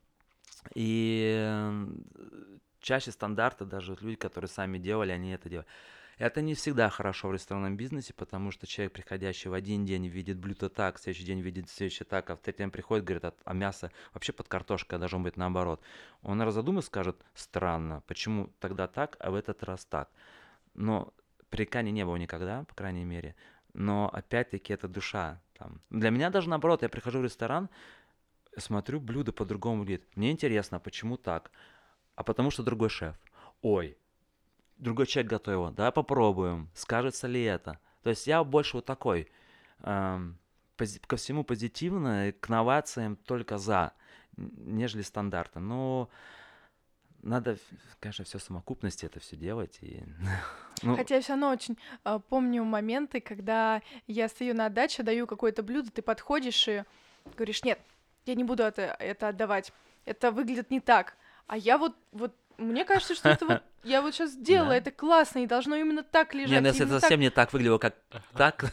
И э, чаще стандарты, даже люди, которые сами делали, они это делают. Это не всегда хорошо в ресторанном бизнесе, потому что человек, приходящий в один день, видит блюдо так, в следующий день видит следующее так, а в третий день приходит, говорит, а, а мясо вообще под картошкой должно быть наоборот. Он разодумается, скажет, странно, почему тогда так, а в этот раз так. Но пререканий не было никогда, по крайней мере. Но опять-таки это душа. Там. Для меня даже наоборот, я прихожу в ресторан, смотрю, блюдо по-другому выглядит. Мне интересно, почему так? А потому что другой шеф. Ой, другой человек готовил, давай попробуем, скажется ли это. То есть я больше вот такой, эм, пози- ко всему позитивно, и к новациям только за, н- нежели стандарты. Но надо, конечно, все в совокупности это все делать. И, ну, Хотя я все равно очень а, помню моменты, когда я стою на даче, даю какое-то блюдо, ты подходишь и говоришь, нет, я не буду это, это отдавать, это выглядит не так. А я вот, вот, мне кажется, что это вот, я вот сейчас сделала, да. это классно, и должно именно так Не, ну лежать, если это именно так. совсем не так выглядело, как так,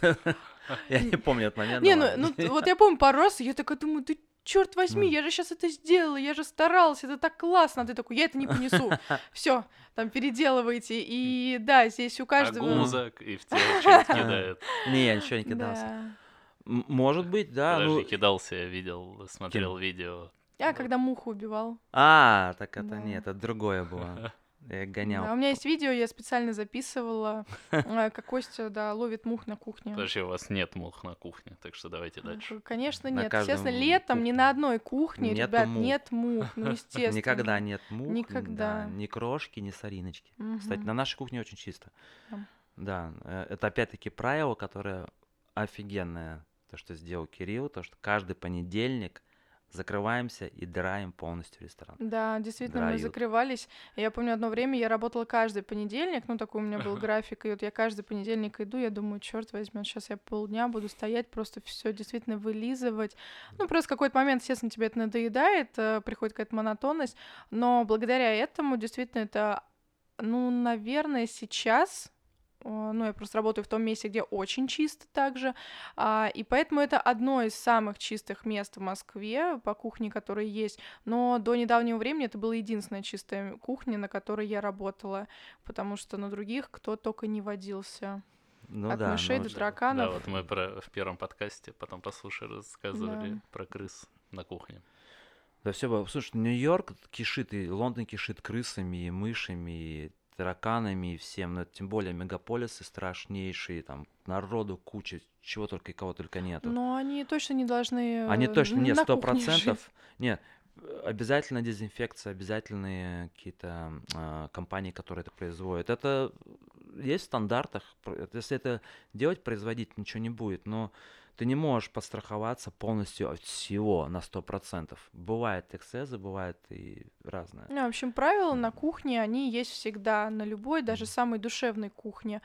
я не помню этот момент, Не, ну ну, ладно. ну вот я помню пару раз, и я такая думаю, ты черт возьми, Ну. я же сейчас это сделала, я же старалась, это так классно. А ты такой, я это не понесу. Все, там переделывайте. И да, здесь у А каждого... гузок и в тело что-нибудь кидает. Не, я ничего не кидался. Да. М- Может быть, да, Подожди, ну... кидался, я видел, смотрел видео. Я когда муху убивал. А, так это Да. нет, это другое было. Я гонял. Да, у меня есть видео, я специально записывала, э, как Костя, да, ловит мух на кухне. Подожди, у вас нет мух на кухне, так что давайте дальше. Э, Конечно, На нет. каждом Естественно, летом ни кухне. на одной кухне, Нету ребят, мух. нет мух. Ну, естественно. Никогда нет мух, н- Никогда. да, ни крошки, ни сориночки. Кстати, Мгм. на нашей кухне очень чисто. Да. Да, э, это опять-таки правило, которое офигенное, то, что сделал Кирилл, то, что каждый понедельник закрываемся и драем полностью ресторан. Да, действительно, мы Драют. закрывались. Я помню, одно время я работала каждый понедельник, ну, такой у меня был график, и вот я каждый понедельник иду, я думаю, черт возьми, сейчас я полдня буду стоять, просто все действительно вылизывать. Ну, просто в какой-то момент, естественно, тебе это надоедает, э, приходит какая-то монотонность, но благодаря этому действительно это, ну, наверное, сейчас... О, Ну, я просто работаю в том месте, где очень чисто также, а, и поэтому это одно из самых чистых мест в Москве по кухне, которые есть. Но до недавнего времени это была единственная чистая кухня, на которой я работала, потому что на других кто только не водился. Ну От да, мышей ну, до Да, тараканов. да, вот мы про, в первом подкасте, потом послушали, рассказывали Да. про крыс на кухне. да все было. Слушай, Нью-Йорк кишит, и Лондон кишит крысами, и мышами, и тараканами, и всем. Но тем более мегаполисы страшнейшие, там народу куча, чего только и кого только нету. Но они точно не должны Они э, точно, нет, на сто кухне жить. процентов. Нет, э, обязательно дезинфекция, обязательные какие-то а, компании, которые это производят. Это есть в стандартах. Про- это- Если это делать, производить, ничего не будет. Но ты не можешь подстраховаться полностью от всего на сто процентов. Бывают эксцессы, бывает и разное. Ну, в общем, правила на кухне, они есть всегда, на любой, даже самой душевной кухне.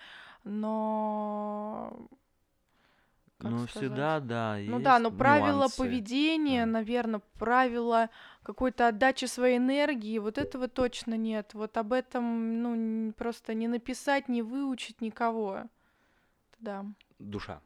Но... Как Ну, сказать? всегда, да, Ну да, есть но правила нюансы. поведения, Да. наверное, правила какой-то отдачи своей энергии, вот этого точно нет. Вот об этом, ну, н- просто не написать, не выучить никого. Да. Душа.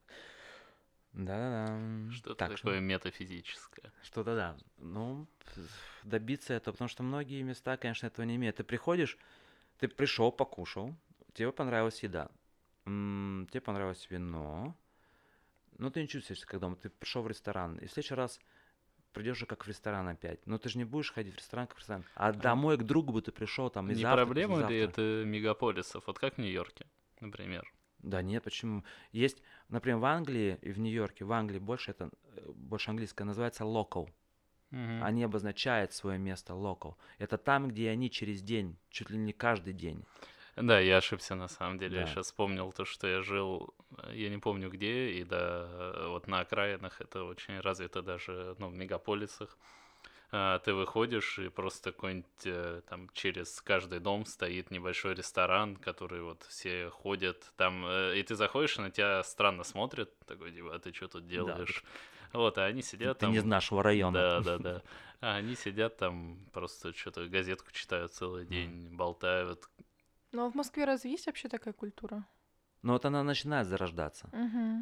Да-да-да. Что-то Так, такое метафизическое. Что-то да. Ну, добиться этого, потому что многие места, конечно, этого не имеют. Ты приходишь, ты пришел, покушал, тебе понравилась еда, м, тебе понравилось вино, но ты не чувствуешь, как дома. Ты пришел в ресторан, и в следующий раз придешь же как в ресторан опять. Но ты же не будешь ходить в ресторан как в ресторан. А домой к другу бы ты пришел там и Не завтра, проблема ли послезавтра. это мегаполисов? Вот как в Нью-Йорке, например. Да нет, почему? Есть, например, в Англии и в Нью-Йорке, в Англии больше это, э, больше английское, называется local. Мгм. Они обозначают свое место local. Это там, где они через день, чуть ли не каждый день. Да, я ошибся на самом деле. Я Да. сейчас вспомнил то, что я жил, э, я не помню где, и да, э, вот на окраинах это очень развито даже, ну, в мегаполисах. а, ты выходишь, и просто какой-нибудь э, там через каждый дом стоит небольшой ресторан, который вот все ходят там, э, и ты заходишь, и на тебя странно смотрят, такой, типа, а ты что тут Да, делаешь? Вот, а они ты, сидят ты не из там, нашего района. да, да, да, а они сидят там, просто что-то газетку читают целый М. день, болтают. Ну а в Москве разве есть вообще такая культура? Но вот она начинает зарождаться. Угу.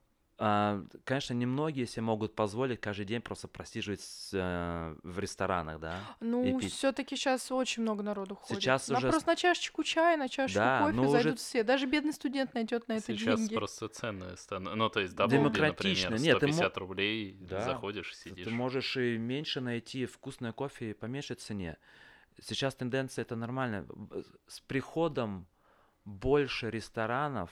А, конечно, немногие себе могут позволить каждый день просто просиживать с, э, в ресторанах, да, и Ну, пить. все-таки сейчас очень много народу ходит. Сейчас На уже, с- просто на чашечку чая, на чашечку да, кофе но зайдут уже все. Даже бедный студент найдет на это Сейчас деньги. просто цены станут, ну, то есть Да. Даблби, демократично. например, Нет, сто ты, мо- пятьдесят рублей, да, заходишь, ты ты сидишь. можешь и меньше найти вкусное кофе по меньшей цене. Сейчас тенденция это нормально. В- С приходом больше ресторанов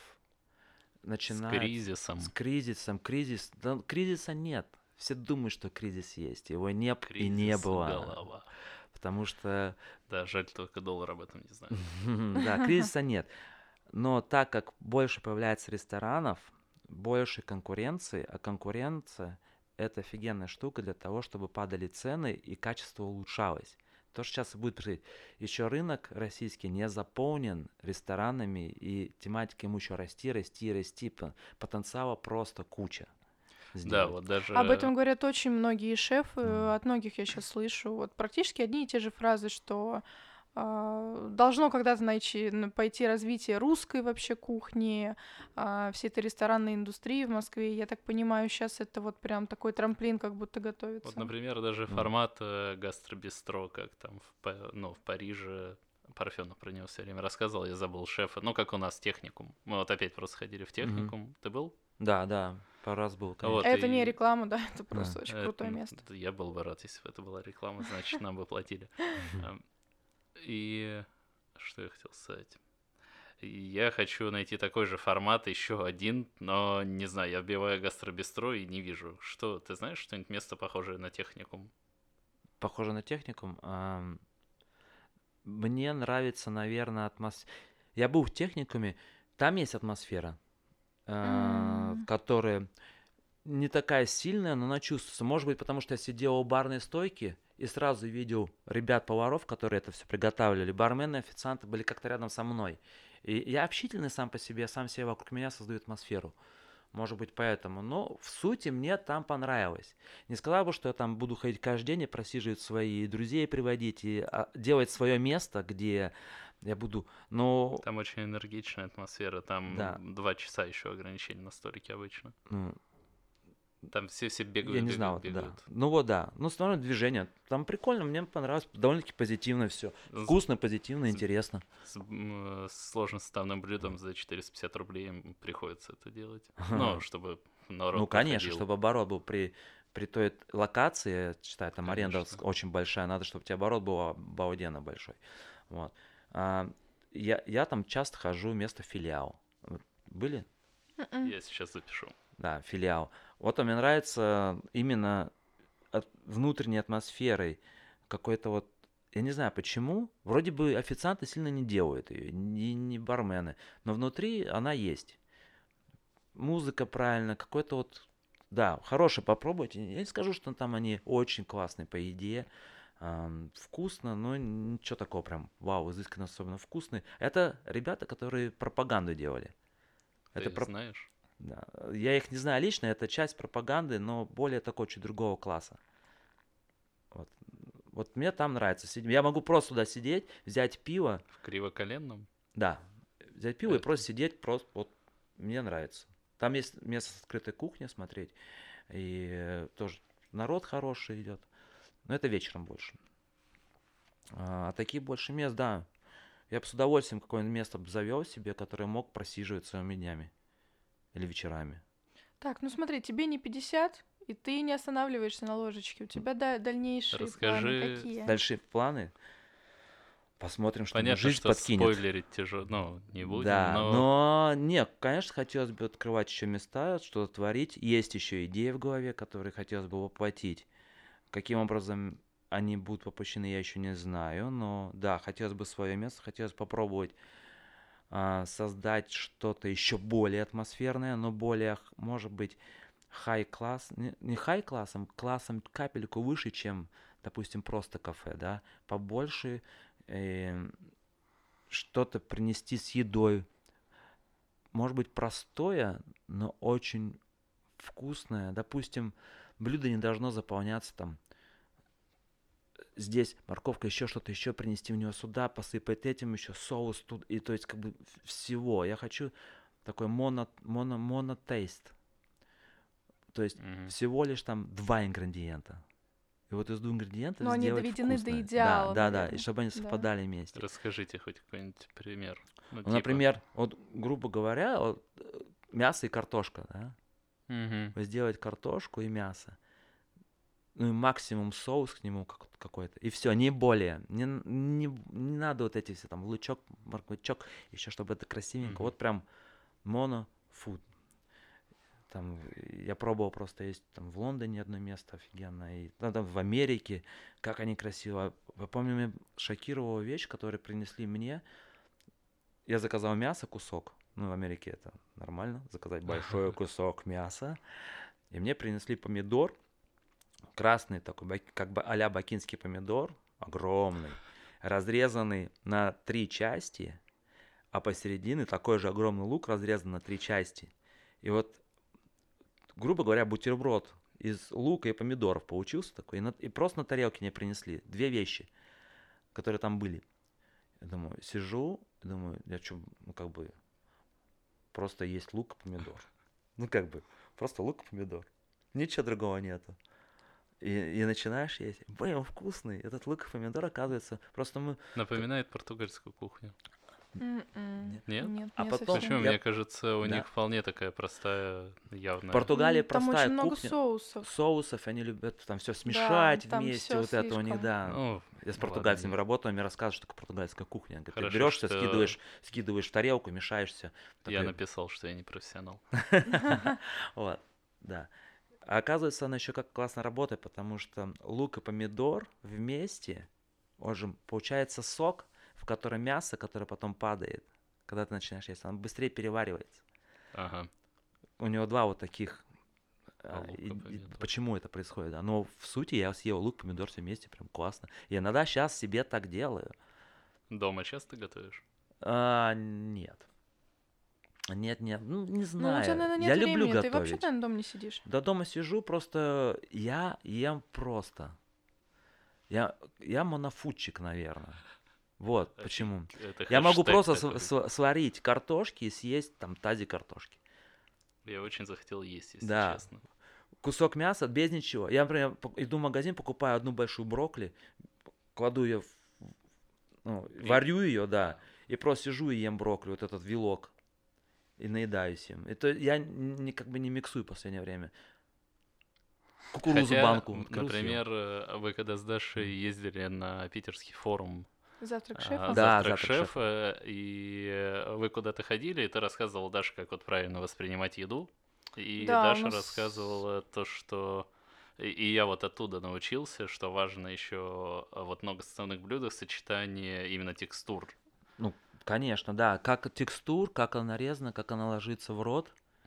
С начинает с кризисом. кризисом. Кризис, да, кризиса нет. Все думают, что кризис есть. Его не б- и не Кризис было. голова. Потому что, Да, жаль, только доллар об этом не знает. да, кризиса нет. Но так как больше появляется ресторанов, больше конкуренции, а конкуренция это офигенная штука для того, чтобы падали цены и качество улучшалось. То, что сейчас и будет происходить. Еще рынок российский не заполнен ресторанами, и тематика ему еще расти, расти, расти. П- Потенциала просто куча Да, сделать. вот Об даже этом говорят очень многие шефы, М. от многих я сейчас слышу. Вот практически одни и те же фразы, что а, должно когда-то найти, н- пойти развитие русской вообще кухни, а, всей этой ресторанной индустрии в Москве. Я так понимаю, сейчас это вот прям такой трамплин как будто вот, готовится. например, даже М. формат э, гастробистро, как там в, Па- ну, в Париже, Парфенов про него все время рассказывал, я забыл шефа, ну, как у нас техникум. Мы вот опять просто ходили в Мгм. техникум. Ты был? Да, да, пару раз был, Вот, конечно. Это не и реклама, да, это Да. просто очень это, крутое ну, место. да, я был бы рад, если бы это была реклама, значит, нам бы платили. Ам, И что я хотел сказать? И Я хочу найти такой же формат, еще один, но не знаю, я вбиваю гастробистро и не вижу. Что, ты знаешь что-нибудь место похожее на техникум? Похоже на техникум. Ам, Мне нравится, наверное, атмосфера. Я был в техникуме, там есть атмосфера, а, М. которая не такая сильная, но она чувствуется. Может быть, потому что я сидел у барной стойки и сразу видел ребят-поваров, которые это все приготавливали. Бармены, официанты были как-то рядом со мной. И я общительный сам по себе, сам себе вокруг меня создаю атмосферу. Может быть, поэтому. Но в сути мне там понравилось. Не сказал бы, что я там буду ходить каждый день и просиживать свои друзей приводить и а, делать свое место, где я буду. Но Там очень энергичная атмосфера, там да, два часа еще ограничений на столике обычно. ну, Там все-все я бегают, не знал бегают, это, да. бегают. Ну вот да. Ну, основное движение. Там прикольно, мне понравилось. Довольно-таки позитивно все. С, Вкусно, позитивно, с- интересно. с, м, с сложным составным блюдом за четыреста пятьдесят рублей им приходится это делать. Ну, чтобы народ Ну, конечно, приходил. чтобы оборот был при, при той локации, я считаю, там аренда Конечно. с- очень большая, надо, чтобы у тебя оборот был обалденно большой. Вот. А, я, я там часто хожу вместо филиал. Вот были? Мгм. Я сейчас запишу. Да, филиал. Вот он мне нравится именно от внутренней атмосферой, какой-то вот, я не знаю почему, вроде бы официанты сильно не делают ее, не, не бармены, но внутри она есть. Музыка правильно, какой-то вот, да, хороший попробовать. Я не скажу, что там они очень классные по еде, ам, вкусно, но ничего такого прям, вау, изысканно особенно вкусный. Это ребята, которые пропаганду делали. Ты Это их про- знаешь? да. Я их не знаю лично, это часть пропаганды, но более такой, чуть другого класса. Вот. Вот мне там нравится. сидеть. Я могу просто туда сидеть, взять пиво, В Кривоколенном? да, взять пиво и Это- просто сидеть, просто вот мне нравится. Там есть место с открытой кухней смотреть, и э, тоже народ хороший идет. Но это вечером больше. А, а такие больше мест, да. Я бы с удовольствием какое-нибудь место б завел себе, которое мог просиживать целыми днями или вечерами. Так, ну смотри, тебе не пятьдесят, и ты не останавливаешься на ложечке. У тебя да- дальнейшие планы Расскажи. какие? Дальше планы. Посмотрим, что нам Понятно, жизнь что подкинет. спойлерить тяжело, ну, не будем, Да, но но нет, конечно, хотелось бы открывать еще места, что-то творить. Есть еще идеи в голове, которые хотелось бы воплотить. Каким образом они будут воплощены, я еще не знаю, но да, хотелось бы свое место, хотелось попробовать а, создать что-то еще более атмосферное, но более, х- может быть, хай-класс, не, не хай-классом, классом капельку выше, чем, допустим, просто кафе, да, побольше э, что-то принести с едой, может быть, простое, но очень вкусное. Допустим, блюдо не должно заполняться там здесь морковка, еще что-то еще принести в него сюда, посыпать этим еще соус тут, и то есть как бы всего. Я хочу такой моно, моно, монотейст. То есть Мгм. всего лишь там два ингредиента. И вот из двух ингредиентов Но они сделать доведены до вкусное. идеала, Да, да, да, и наверное. чтобы они Да. совпадали вместе. Расскажите хоть какой-нибудь пример. Ну, Ну, типа. например, вот, грубо говоря, вот, э, мясо и картошка, да? Мгм. Вот сделать картошку и мясо. Ну и максимум соус к нему как- какой-то. И все, не более. Не, н- не, не надо вот эти все там лучок, морковичок, еще чтобы это красивенько. Мгм. Вот прям моно-фуд. Там я пробовал просто есть там в Лондоне одно место офигенное, и ну, там в Америке, как они красиво. Я помню, меня шокировала вещь, которую принесли мне. Я заказал мясо, кусок. Ну, в Америке это нормально, заказать большой кусок мяса. И мне принесли помидор, красный такой, бак- как бы а-ля бакинский помидор, огромный, разрезанный на три части, а посередине такой же огромный лук разрезан на три части. И вот, грубо говоря, бутерброд из лука и помидоров получился такой. И, на- и просто на тарелке мне принесли две вещи, которые там были. Я думаю, сижу, думаю, я что, ну как бы, просто есть лук и помидор. Ну как бы, просто лук и помидор. Ничего другого нету. И, и начинаешь есть. Блин, он вкусный. Этот лук и помидор, оказывается, просто мы... Напоминает португальскую кухню. М-м. Нет. Нет? Нет, А не потом Почему? совсем. я- Мне кажется, у Да. них вполне такая простая, В явная. Португалии М, Там простая очень много кухня. соусов. Соусов, они любят там все Да, смешать там вместе. все Вот это у них, слишком. да. Ну, Я с ладно, португальцами не- работаю, они рассказывают, что такое португальская кухня. Говорят, ты Хорошо, берешься, что скидываешь, скидываешь в тарелку, мешаешься. я Такой- написал, что я не профессионал. Вот, да. А оказывается, она еще как классно работает, потому что лук и помидор вместе, он же получается сок, в котором мясо, которое потом падает, когда ты начинаешь есть, оно быстрее переваривается. Ага. У него два вот таких. А а, лук и и- и помидор. почему это происходит? Да? Но в сути я съел лук, помидор все вместе, прям классно. И иногда сейчас себе так делаю. Дома часто готовишь? А, нет. Нет, нет, ну не Ну, у тебя, знаю. наверное, нет Я люблю времени. Ты вообще, готовить. наверное, дома не сидишь. До дома сижу, просто я ем просто. Я, я монофудчик, наверное. Вот Офиг- почему. Это Я могу хэштег просто такой. св- св- сварить картошки и съесть там тазик картошки. Я очень захотел есть, если Да. честно. Кусок мяса без ничего. Я, например, пок- иду в магазин, покупаю одну большую брокколи, кладу ее, в, ну, И- варю ее, да, и просто сижу и ем брокколи, вот этот вилок, и наедаюсь им. Это я не, как бы не миксую в последнее время. Кукурузу Хотя, банку. м, открыл, съел. например, э, вы когда с Дашей ездили на питерский форум Завтрак а, шефа. Да, «Завтрак «Завтрак шефа». шефа», и э, вы куда-то ходили, и ты рассказывал Даше, как вот правильно воспринимать еду. И Да, у Даша нас- рассказывала то, что... И, и я вот оттуда научился, что важно еще вот много составных блюд, сочетание именно текстур. Ну, конечно, да. Как текстур, как она нарезана, как она ложится в рот.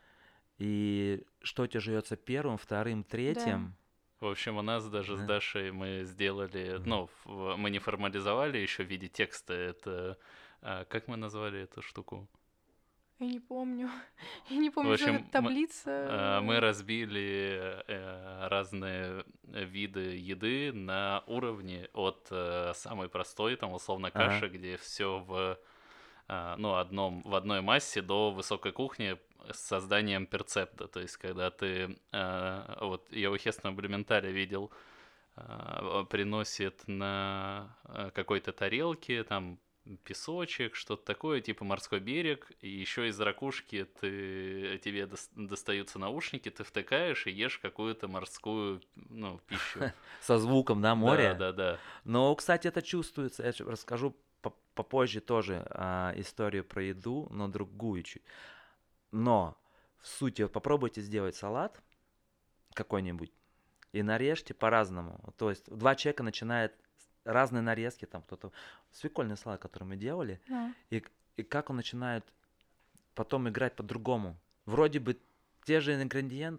И что тебе живется первым, вторым, третьим. В общем, у нас даже с Да. Дашей мы сделали, Мгм. ну, в- мы не формализовали еще в виде текста. Это а, как мы назвали эту штуку? Я не помню. Я не помню, В что общем, это мы- таблица. А, Мы разбили э, разные виды еды на уровни от э, самой простой, там, условно, Ага. каши, где все в а, ну, одном, в одной массе, до высокой кухни с созданием перцепта. То есть, когда ты, э, вот я у Хесна Блюменталя видел, э, приносит на э, какой-то тарелке там песочек, что-то такое, типа морской берег, и еще из ракушки ты, тебе дос- достаются наушники, ты втыкаешь и ешь какую-то морскую, ну, пищу. Со звуком, да, море. Да, да, да. Но, кстати, это чувствуется. Я щ- расскажу по- попозже тоже а, историю про еду, но другую чуть. Но в сути, вот попробуйте сделать салат какой-нибудь и нарежьте по-разному. То есть два человека начинают с- разные нарезки, там кто-то свекольный салат, который мы делали, Ну. и, и как он начинает потом играть по-другому. Вроде бы те же ингредиенты,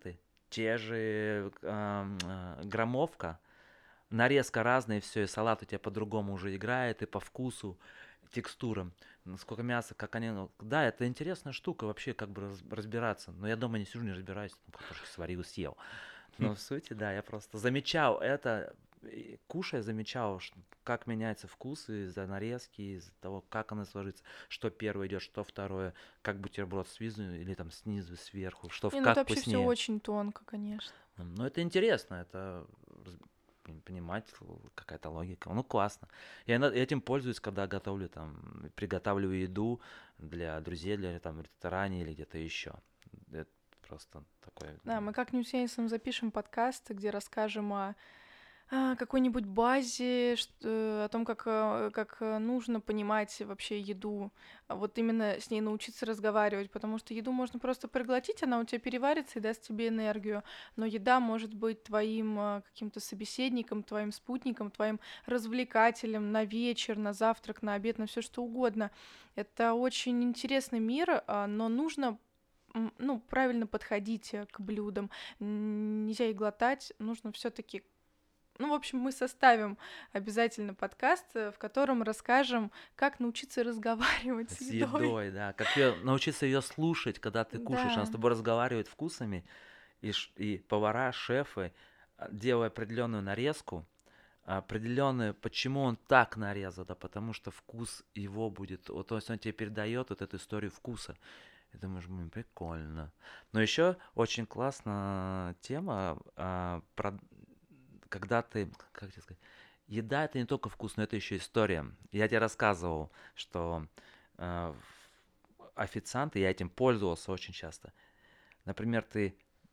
те же эм, э, граммовка, нарезка разная, все, и салат у тебя по-другому уже играет, и по вкусу, текстурам, сколько мяса, как они... ну, Да, это интересная штука вообще, как бы раз- разбираться. Но я дома не сижу, не разбираюсь, там, картошки сварил, съел. Но в сути, да, я просто замечал это, и кушая, замечал, ш- как меняется вкус из-за нарезки, из-за того, как она сложится, что первое идет, что второе, как бутерброд снизу или там снизу, сверху, что в Не, ну это как вообще все вкуснее. очень тонко, конечно. М, Ну, это интересно, это раз- пон- понимать л- какая-то логика. Ну, классно. Я на- этим пользуюсь, когда готовлю там, приготавливаю еду для друзей, для там в ресторане или где-то еще. Это просто такое. Да, м, мы как-нибудь с Денисом запишем подкаст, где расскажем о а, какой-нибудь базе, чт- э, о том, как, э, как э, нужно понимать вообще еду, а вот именно с ней научиться разговаривать, потому что еду можно просто проглотить, она у тебя переварится и даст тебе энергию, но еда может быть твоим а, каким-то собеседником, твоим спутником, твоим развлекателем на вечер, на завтрак, на обед, на все что угодно. Это очень интересный мир, а, но нужно м, ну, правильно подходить э, к блюдам. Н- Нельзя их глотать, нужно все-таки ну, в общем, мы составим обязательно подкаст, э, в котором расскажем, как научиться разговаривать с С едой. едой, да. Как её- научиться ее слушать, когда ты кушаешь. Она с Да. тобой разговаривает вкусами, и, ш- и повара, шефы, а, делая определенную нарезку, определенную, почему он так нарезал, да, потому что вкус его будет, вот, то есть он тебе передает вот эту историю вкуса. И думаешь, блин, прикольно. Но еще очень классная тема, а, про, когда ты, как тебе сказать, еда это не только вкус, но это еще история. Я тебе рассказывал, что а, в- официанты, я этим пользовался очень часто. Например, ты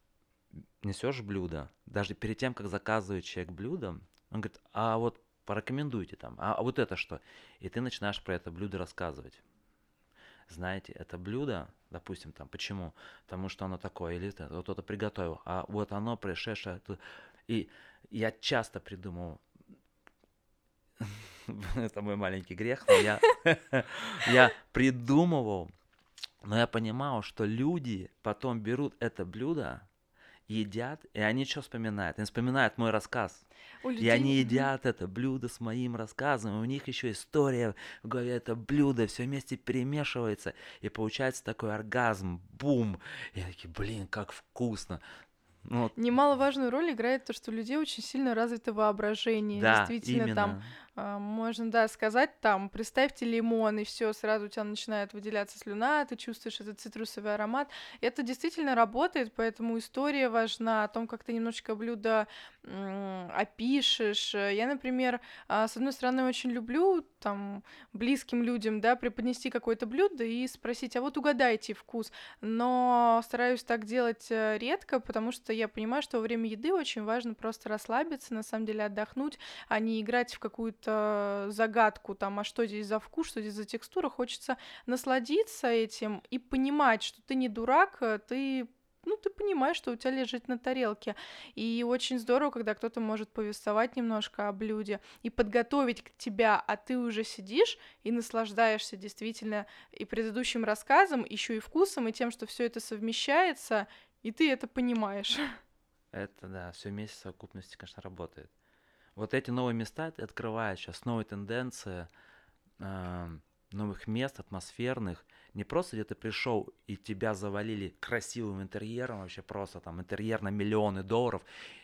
несешь блюдо, даже перед тем, как заказывает человек блюдо, он говорит, а вот порекомендуйте там, а, а вот это что? И ты начинаешь про это блюдо рассказывать. Знаете, это блюдо, допустим, там, почему? Потому что оно такое, или это, вот кто-то приготовил, а вот оно пришедшее. тут- И я часто придумывал, это мой маленький грех, но я, я придумывал, но я понимал, что люди потом берут это блюдо, едят, и они что вспоминают? Они вспоминают мой рассказ. У И людей... они Мгм. едят это блюдо с моим рассказом, и у них еще история в голове, это блюдо, все вместе перемешивается, и получается такой оргазм, бум. И я такие, блин, как вкусно. Ну, вот, Немаловажную роль играет то, что у людей очень сильно развито воображение. да, Действительно, там именно. а, можно, да, сказать, там, представьте лимон, и все, сразу у тебя начинает выделяться слюна, ты чувствуешь этот цитрусовый аромат. Это действительно работает, поэтому история важна, о том, как ты немножечко блюдо м, опишешь. Э, Я, например, а, с одной стороны, очень люблю там близким людям, да, преподнести какое-то блюдо и спросить, а вот угадайте вкус, но стараюсь так делать э, редко, потому что я понимаю, что во время еды очень важно просто расслабиться, на самом деле отдохнуть, а не играть в какую-то загадку, там, а что здесь за вкус, что здесь за текстура. Хочется насладиться этим и понимать, что ты не дурак, э, ты ну, ты понимаешь, что у тебя лежит на тарелке. И очень здорово, когда кто-то может повествовать немножко о блюде и подготовить к тебя, а ты уже сидишь и наслаждаешься действительно и предыдущим рассказом, еще и вкусом, и тем, что все это совмещается, и ты это понимаешь. Это, да, все вместе в совокупности, конечно, работает. Вот эти новые места это открывают сейчас, новые тенденции, ам, новых мест атмосферных. Не просто где ты пришел и тебя завалили красивым интерьером, вообще просто там интерьер на миллионы долларов,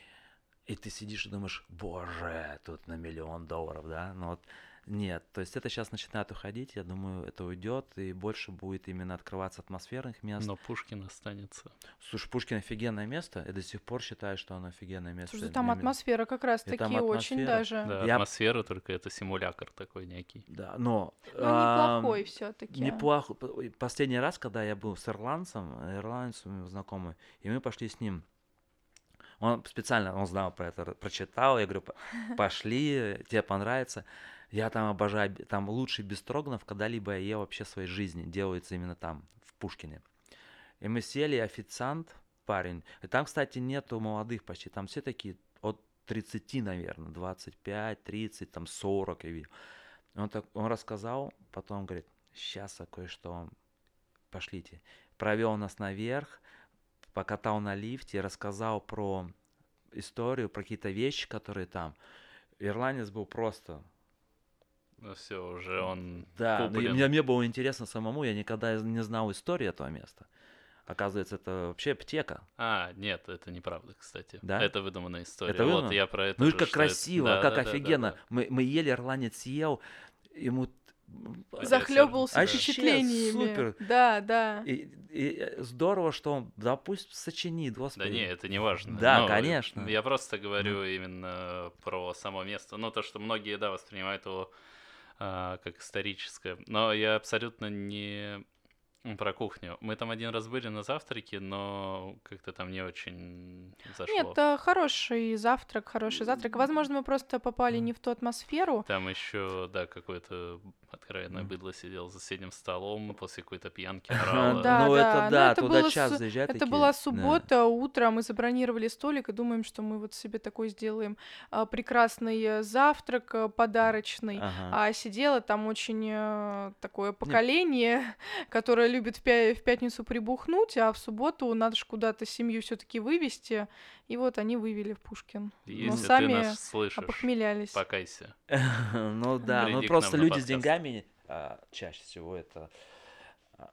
и ты сидишь и думаешь, боже, тут на миллион долларов, да? Но вот нет, то есть это сейчас начинает уходить, я думаю, это уйдет, и больше будет именно открываться атмосферных мест. Но Пушкин останется. Слушай, Пушкин офигенное место, я до сих пор считаю, что оно офигенное место. Слушай, там для меня. атмосфера как И там раз-таки очень атмосфера. даже... Да, Я, атмосфера, только это симулятор такой некий. да, но Ну, неплохой ам, все таки неплохо. п- Последний раз, когда я был с ирландцем, ирландцем знакомый, и мы пошли с ним. Он специально, он знал про это, прочитал. Я говорю, «П- пошли, тебе понравится. Я там обожаю, б- там лучший бестроганов, когда-либо я ел вообще в своей жизни. Делается именно там, в Пушкине. И мы сели, официант, парень. И там, кстати, нету молодых почти. Там все такие от тридцати, наверное, двадцать пять, тридцать, там сорок я видел. Он, так, он рассказал, потом говорит, сейчас кое-что, пошлите. Провел нас наверх, покатал на лифте и рассказал про историю, про какие-то вещи, которые там. Ирландец был просто... Ну все, уже он Да, но куплен. мне, мне было интересно самому, я никогда не знал истории этого места. Оказывается, это вообще аптека. А, нет, это неправда, кстати. Да? Это выдуманная история. Это Вот выдумано? я про это Ну и же, как что это- красиво, Да, как да, да, да, офигенно. да. Мы, мы ели, ирландец съел, ему... Захлебывался Да. Вообще впечатлениями. супер. Да, да. И, и здорово, что он, да пусть сочинит, господи. Да не, это не важно. Да, Ну, конечно. Я просто говорю именно про само место. Ну, то, что многие, да, воспринимают его а, как историческое. Но я абсолютно не про кухню. Мы там один раз были на завтраке, но как-то там не очень зашло. Нет, э, хороший завтрак, хороший завтрак. Возможно, мы просто попали не в ту атмосферу. Там еще, да, какое-то откровенное быдло сидел за соседним столом, после какой-то пьянки орало. Да, Ну, да. это Но да, это туда было час су- заезжать Это такие. была Да. суббота, утро, мы забронировали столик и думаем, что мы вот себе такой сделаем а, прекрасный э, завтрак э, подарочный. Ага. А сидело там очень э, такое поколение, которое любит в, пя- в пятницу прибухнуть, а в субботу надо же куда-то семью все-таки вывести. И вот они вывели в Пушкин. Но Если ты сами нас слышишь, опохмелялись. покайся. Ну да, ну Приди к просто нам на люди с подкаст. деньгами а, чаще всего это, а,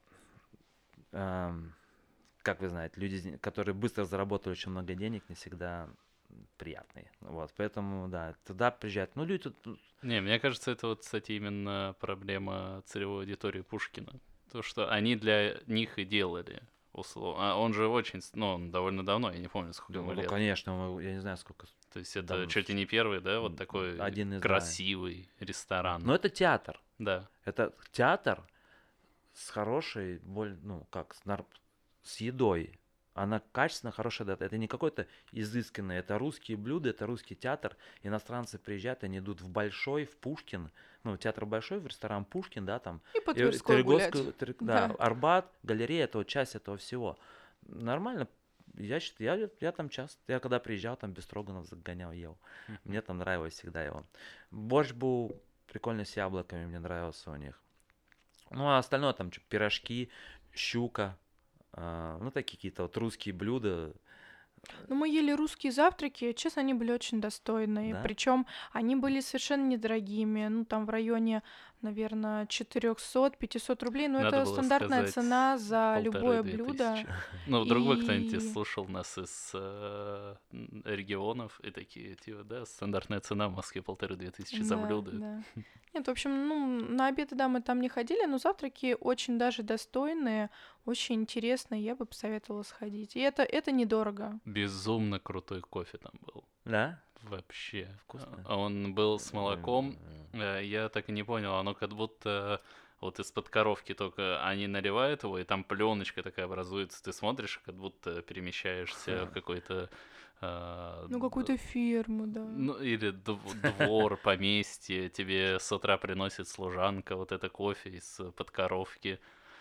ам, как вы знаете, люди, с ден- которые быстро заработали очень много денег, не всегда приятные. Вот, поэтому, да, туда приезжают. Ну, люди тут... Не, мне кажется, это вот, кстати, именно проблема целевой аудитории Пушкина. То, что они для них и делали, условно. А он же очень, с- ну, он довольно давно, я не помню, сколько Да, ему ну, лет. конечно, мы- я не знаю, сколько... То есть это давно. чуть ли не первый, да, вот такой Один из, да. красивый ресторан. Но это театр. Да. Это театр с хорошей, боль, ну, как, с, нар- с едой. Она качественно хорошая, да, это не какой-то изысканный, это русские блюда, это русский театр. Иностранцы приезжают, они идут в Большой, в Пушкин, ну, театр Большой, в ресторан Пушкин, да, там. И по и Тверской гулять. Тверьгоцкую, Тр- да, Да. Арбат, галерея, это вот часть этого всего. Нормально. Я считаю, я, я там часто, я когда приезжал, там без строганов загонял, ел. Мне там нравилось всегда его. Борщ был прикольный с яблоками, мне нравился у них. Ну, а остальное там чё, пирожки, щука, а, ну, такие какие-то вот русские блюда. Ну, мы ели русские завтраки, честно, они были очень достойные. Да? Причем они были совершенно недорогими. Ну, там в районе, наверное, четыреста-пятьсот рублей. Но Надо это было стандартная сказать цена за любое полторы-две блюдо. тысячи. Ну, вдруг бы кто-нибудь И- слушал нас из э, м, регионов и такие, типа, да, стандартная цена в Москве полторы-две тысячи за Да, блюдо. да. Нет, в общем, ну, на обеды, да, мы там не ходили, но завтраки очень даже достойные, очень интересные, я бы посоветовала сходить. И это, это недорого. Безумно крутой кофе там был. Да? Вообще. Вкусно. А Он был с молоком. Э, Я так и не понял, оно как будто вот из-под коровки только они наливают его, и там пленочка такая образуется. Ты смотришь, как будто перемещаешься в какой-то... э, Ну, какую-то ферму, да. Ну, или дв- двор, поместье, тебе с утра приносит служанка вот это кофе из-под коровки.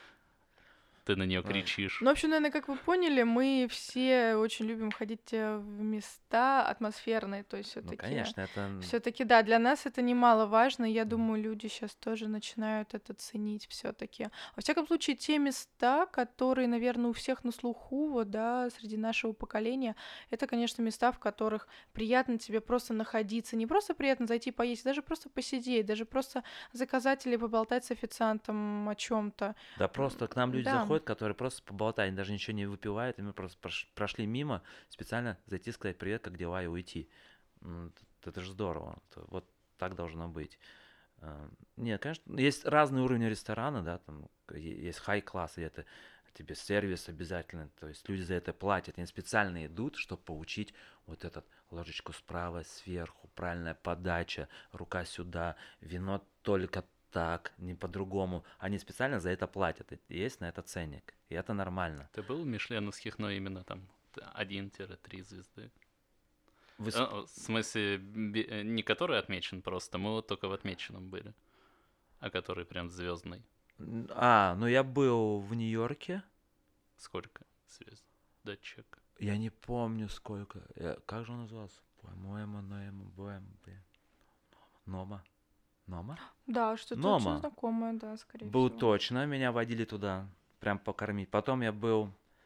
Ты на нее Ой. кричишь. Ну, в общем, наверное, как вы поняли, мы все очень любим ходить э, в места атмосферные, то есть Ну, все-таки. конечно, это... Все-таки, да, для нас это немаловажно. Я думаю, люди сейчас тоже начинают это ценить все-таки. Во всяком случае, те места, которые, наверное, у всех на слуху, вот, да, среди нашего поколения, это, конечно, места, в которых приятно тебе просто находиться. Не просто приятно зайти поесть, даже просто посидеть, даже просто заказать или поболтать с официантом о чем-то. Да просто к нам люди Да. заходят, которые просто поболтать, они даже ничего не выпивают, и мы просто прош- прошли мимо, специально зайти, сказать привет, как дела, и уйти. М, т- Это же здорово. Т- Вот так должно быть. А, Нет, конечно, есть разные уровни ресторана, да, там е- есть хай-класс, и это тебе сервис обязательно, то есть люди за это платят, они специально идут, чтобы получить вот этот ложечку справа, сверху, правильная подача, рука сюда, вино только так, не по-другому. Они специально за это платят, и есть на это ценник, и это нормально. Ты был в мишленовских, но именно там один-три звезды? Вы с- А, В смысле, бе- э, не который отмечен просто, мы вот только в отмеченном были, а который прям звездный. Н- А, ну я был в Нью-Йорке, Сколько звезд? Датчик. я не помню сколько, э, как же он назывался? По-моему, Ноэма, Боэм, блин. Нома. Нома? Да, что-то Нома. очень знакомое, да, скорее Был всего. точно, меня водили туда, прям покормить. Потом я был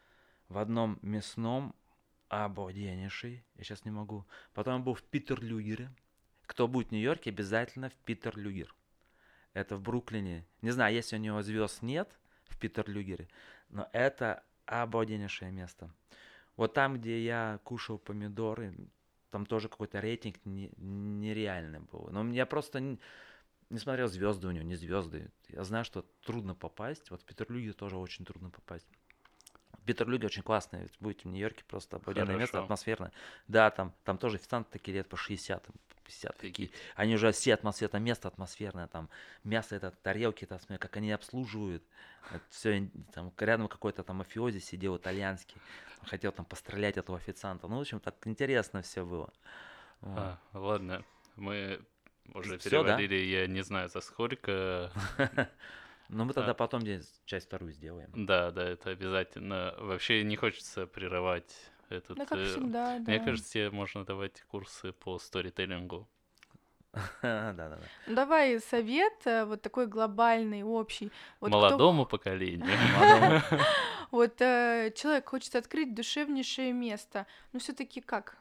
в одном мясном, обалденнейший, я сейчас не могу. Потом я был в Питерлюгере. Кто будет в Нью-Йорке, обязательно в Питерлюгер. Это в Бруклине. Не знаю, если у него звезд нет в Питерлюгере, но это обалденнейшее место. Вот там, где я кушал помидоры, там тоже какой-то рейтинг не, нереальный был. Но я просто не, не смотрел, звезды у него, не звезды. Я знаю, что трудно попасть. Вот в Питерлюгер тоже очень трудно попасть. Питерлюгер очень классный. Будете в Нью-Йорке, просто обалденное место, атмосферное. Да, там, там тоже официанты такие лет по шестьдесят, пятьдесят такие. Они уже все атмосферное место атмосферное, там мясо, это тарелки, это, как они обслуживают. Это все, там рядом какой-то там мафиози сидел итальянский, хотел там пострелять этого официанта. Ну, в общем, так интересно все было. Вот. А, ладно, мы уже Всё, перевалили, да? Я не знаю за сколько. Ну, мы тогда а. потом часть вторую сделаем. Да, да, это обязательно. Вообще не хочется прерывать этот... Да, как всегда, да. Мне кажется, тебе можно давать курсы по сторителлингу. Да-да-да. Ну, давай совет вот такой глобальный, общий. Вот молодому кто... поколению. Вот человек хочет открыть душевнейшее место. Но все-таки как?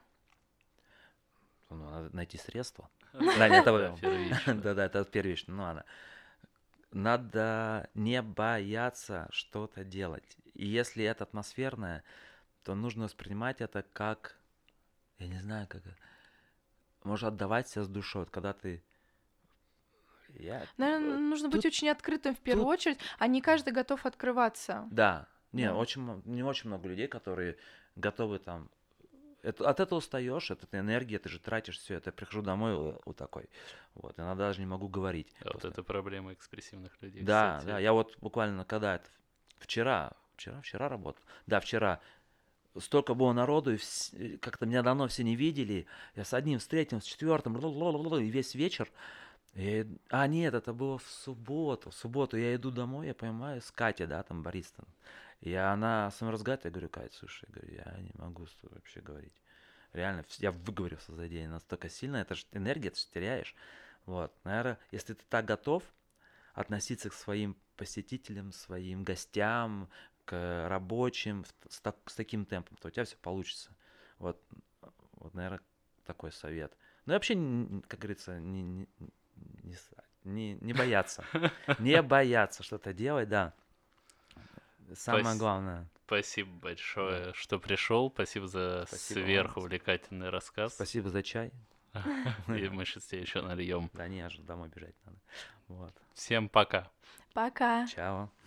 Надо найти средства. Да, нет, это первично. Да-да, это первично. Ну, ладно. Надо не бояться что-то делать. И если это атмосферное, то нужно воспринимать это как, я не знаю, как, может отдавать себя с душой. Вот когда ты... Я... Наверное, нужно тут... быть очень открытым в первую тут... очередь, а не каждый готов открываться. Да, не, да. Очень, не очень много людей, которые готовы там... Это, от этого устаешь, от этой энергии, ты же тратишь все это. Я прихожу домой вот такой. Вот, иногда даже не могу говорить. А вот это проблема экспрессивных людей. Да, кстати. да, я вот буквально когда это вчера, вчера, вчера работал. Да, вчера. Столько было народу, и вс... как-то меня давно все не видели. Я с одним встретился, с четвертым, и весь вечер. И... А, нет, это было в субботу. В субботу я иду домой, я понимаю, с Катей, да, там, баристом. И она со мной разговаривает, я говорю: Катя, слушай, я, говорю, я не могу с тобой вообще говорить. Реально, я выговорился за день настолько сильно, это же энергия, ты же теряешь. Вот, наверное, если ты так готов относиться к своим посетителям, своим гостям, к рабочим с, так, с таким темпом, то у тебя все получится. Вот, вот, наверное, такой совет. Ну и вообще, как говорится, не, не, не, не бояться. Не бояться что-то делать, да. Самое Спас... главное. Спасибо большое, да. что пришел. Спасибо за Спасибо сверхувлекательный вам. рассказ. Спасибо за чай. И мы сейчас тебе еще нальем. Да не, аж домой бежать надо. Вот. Всем пока. Пока. Чао.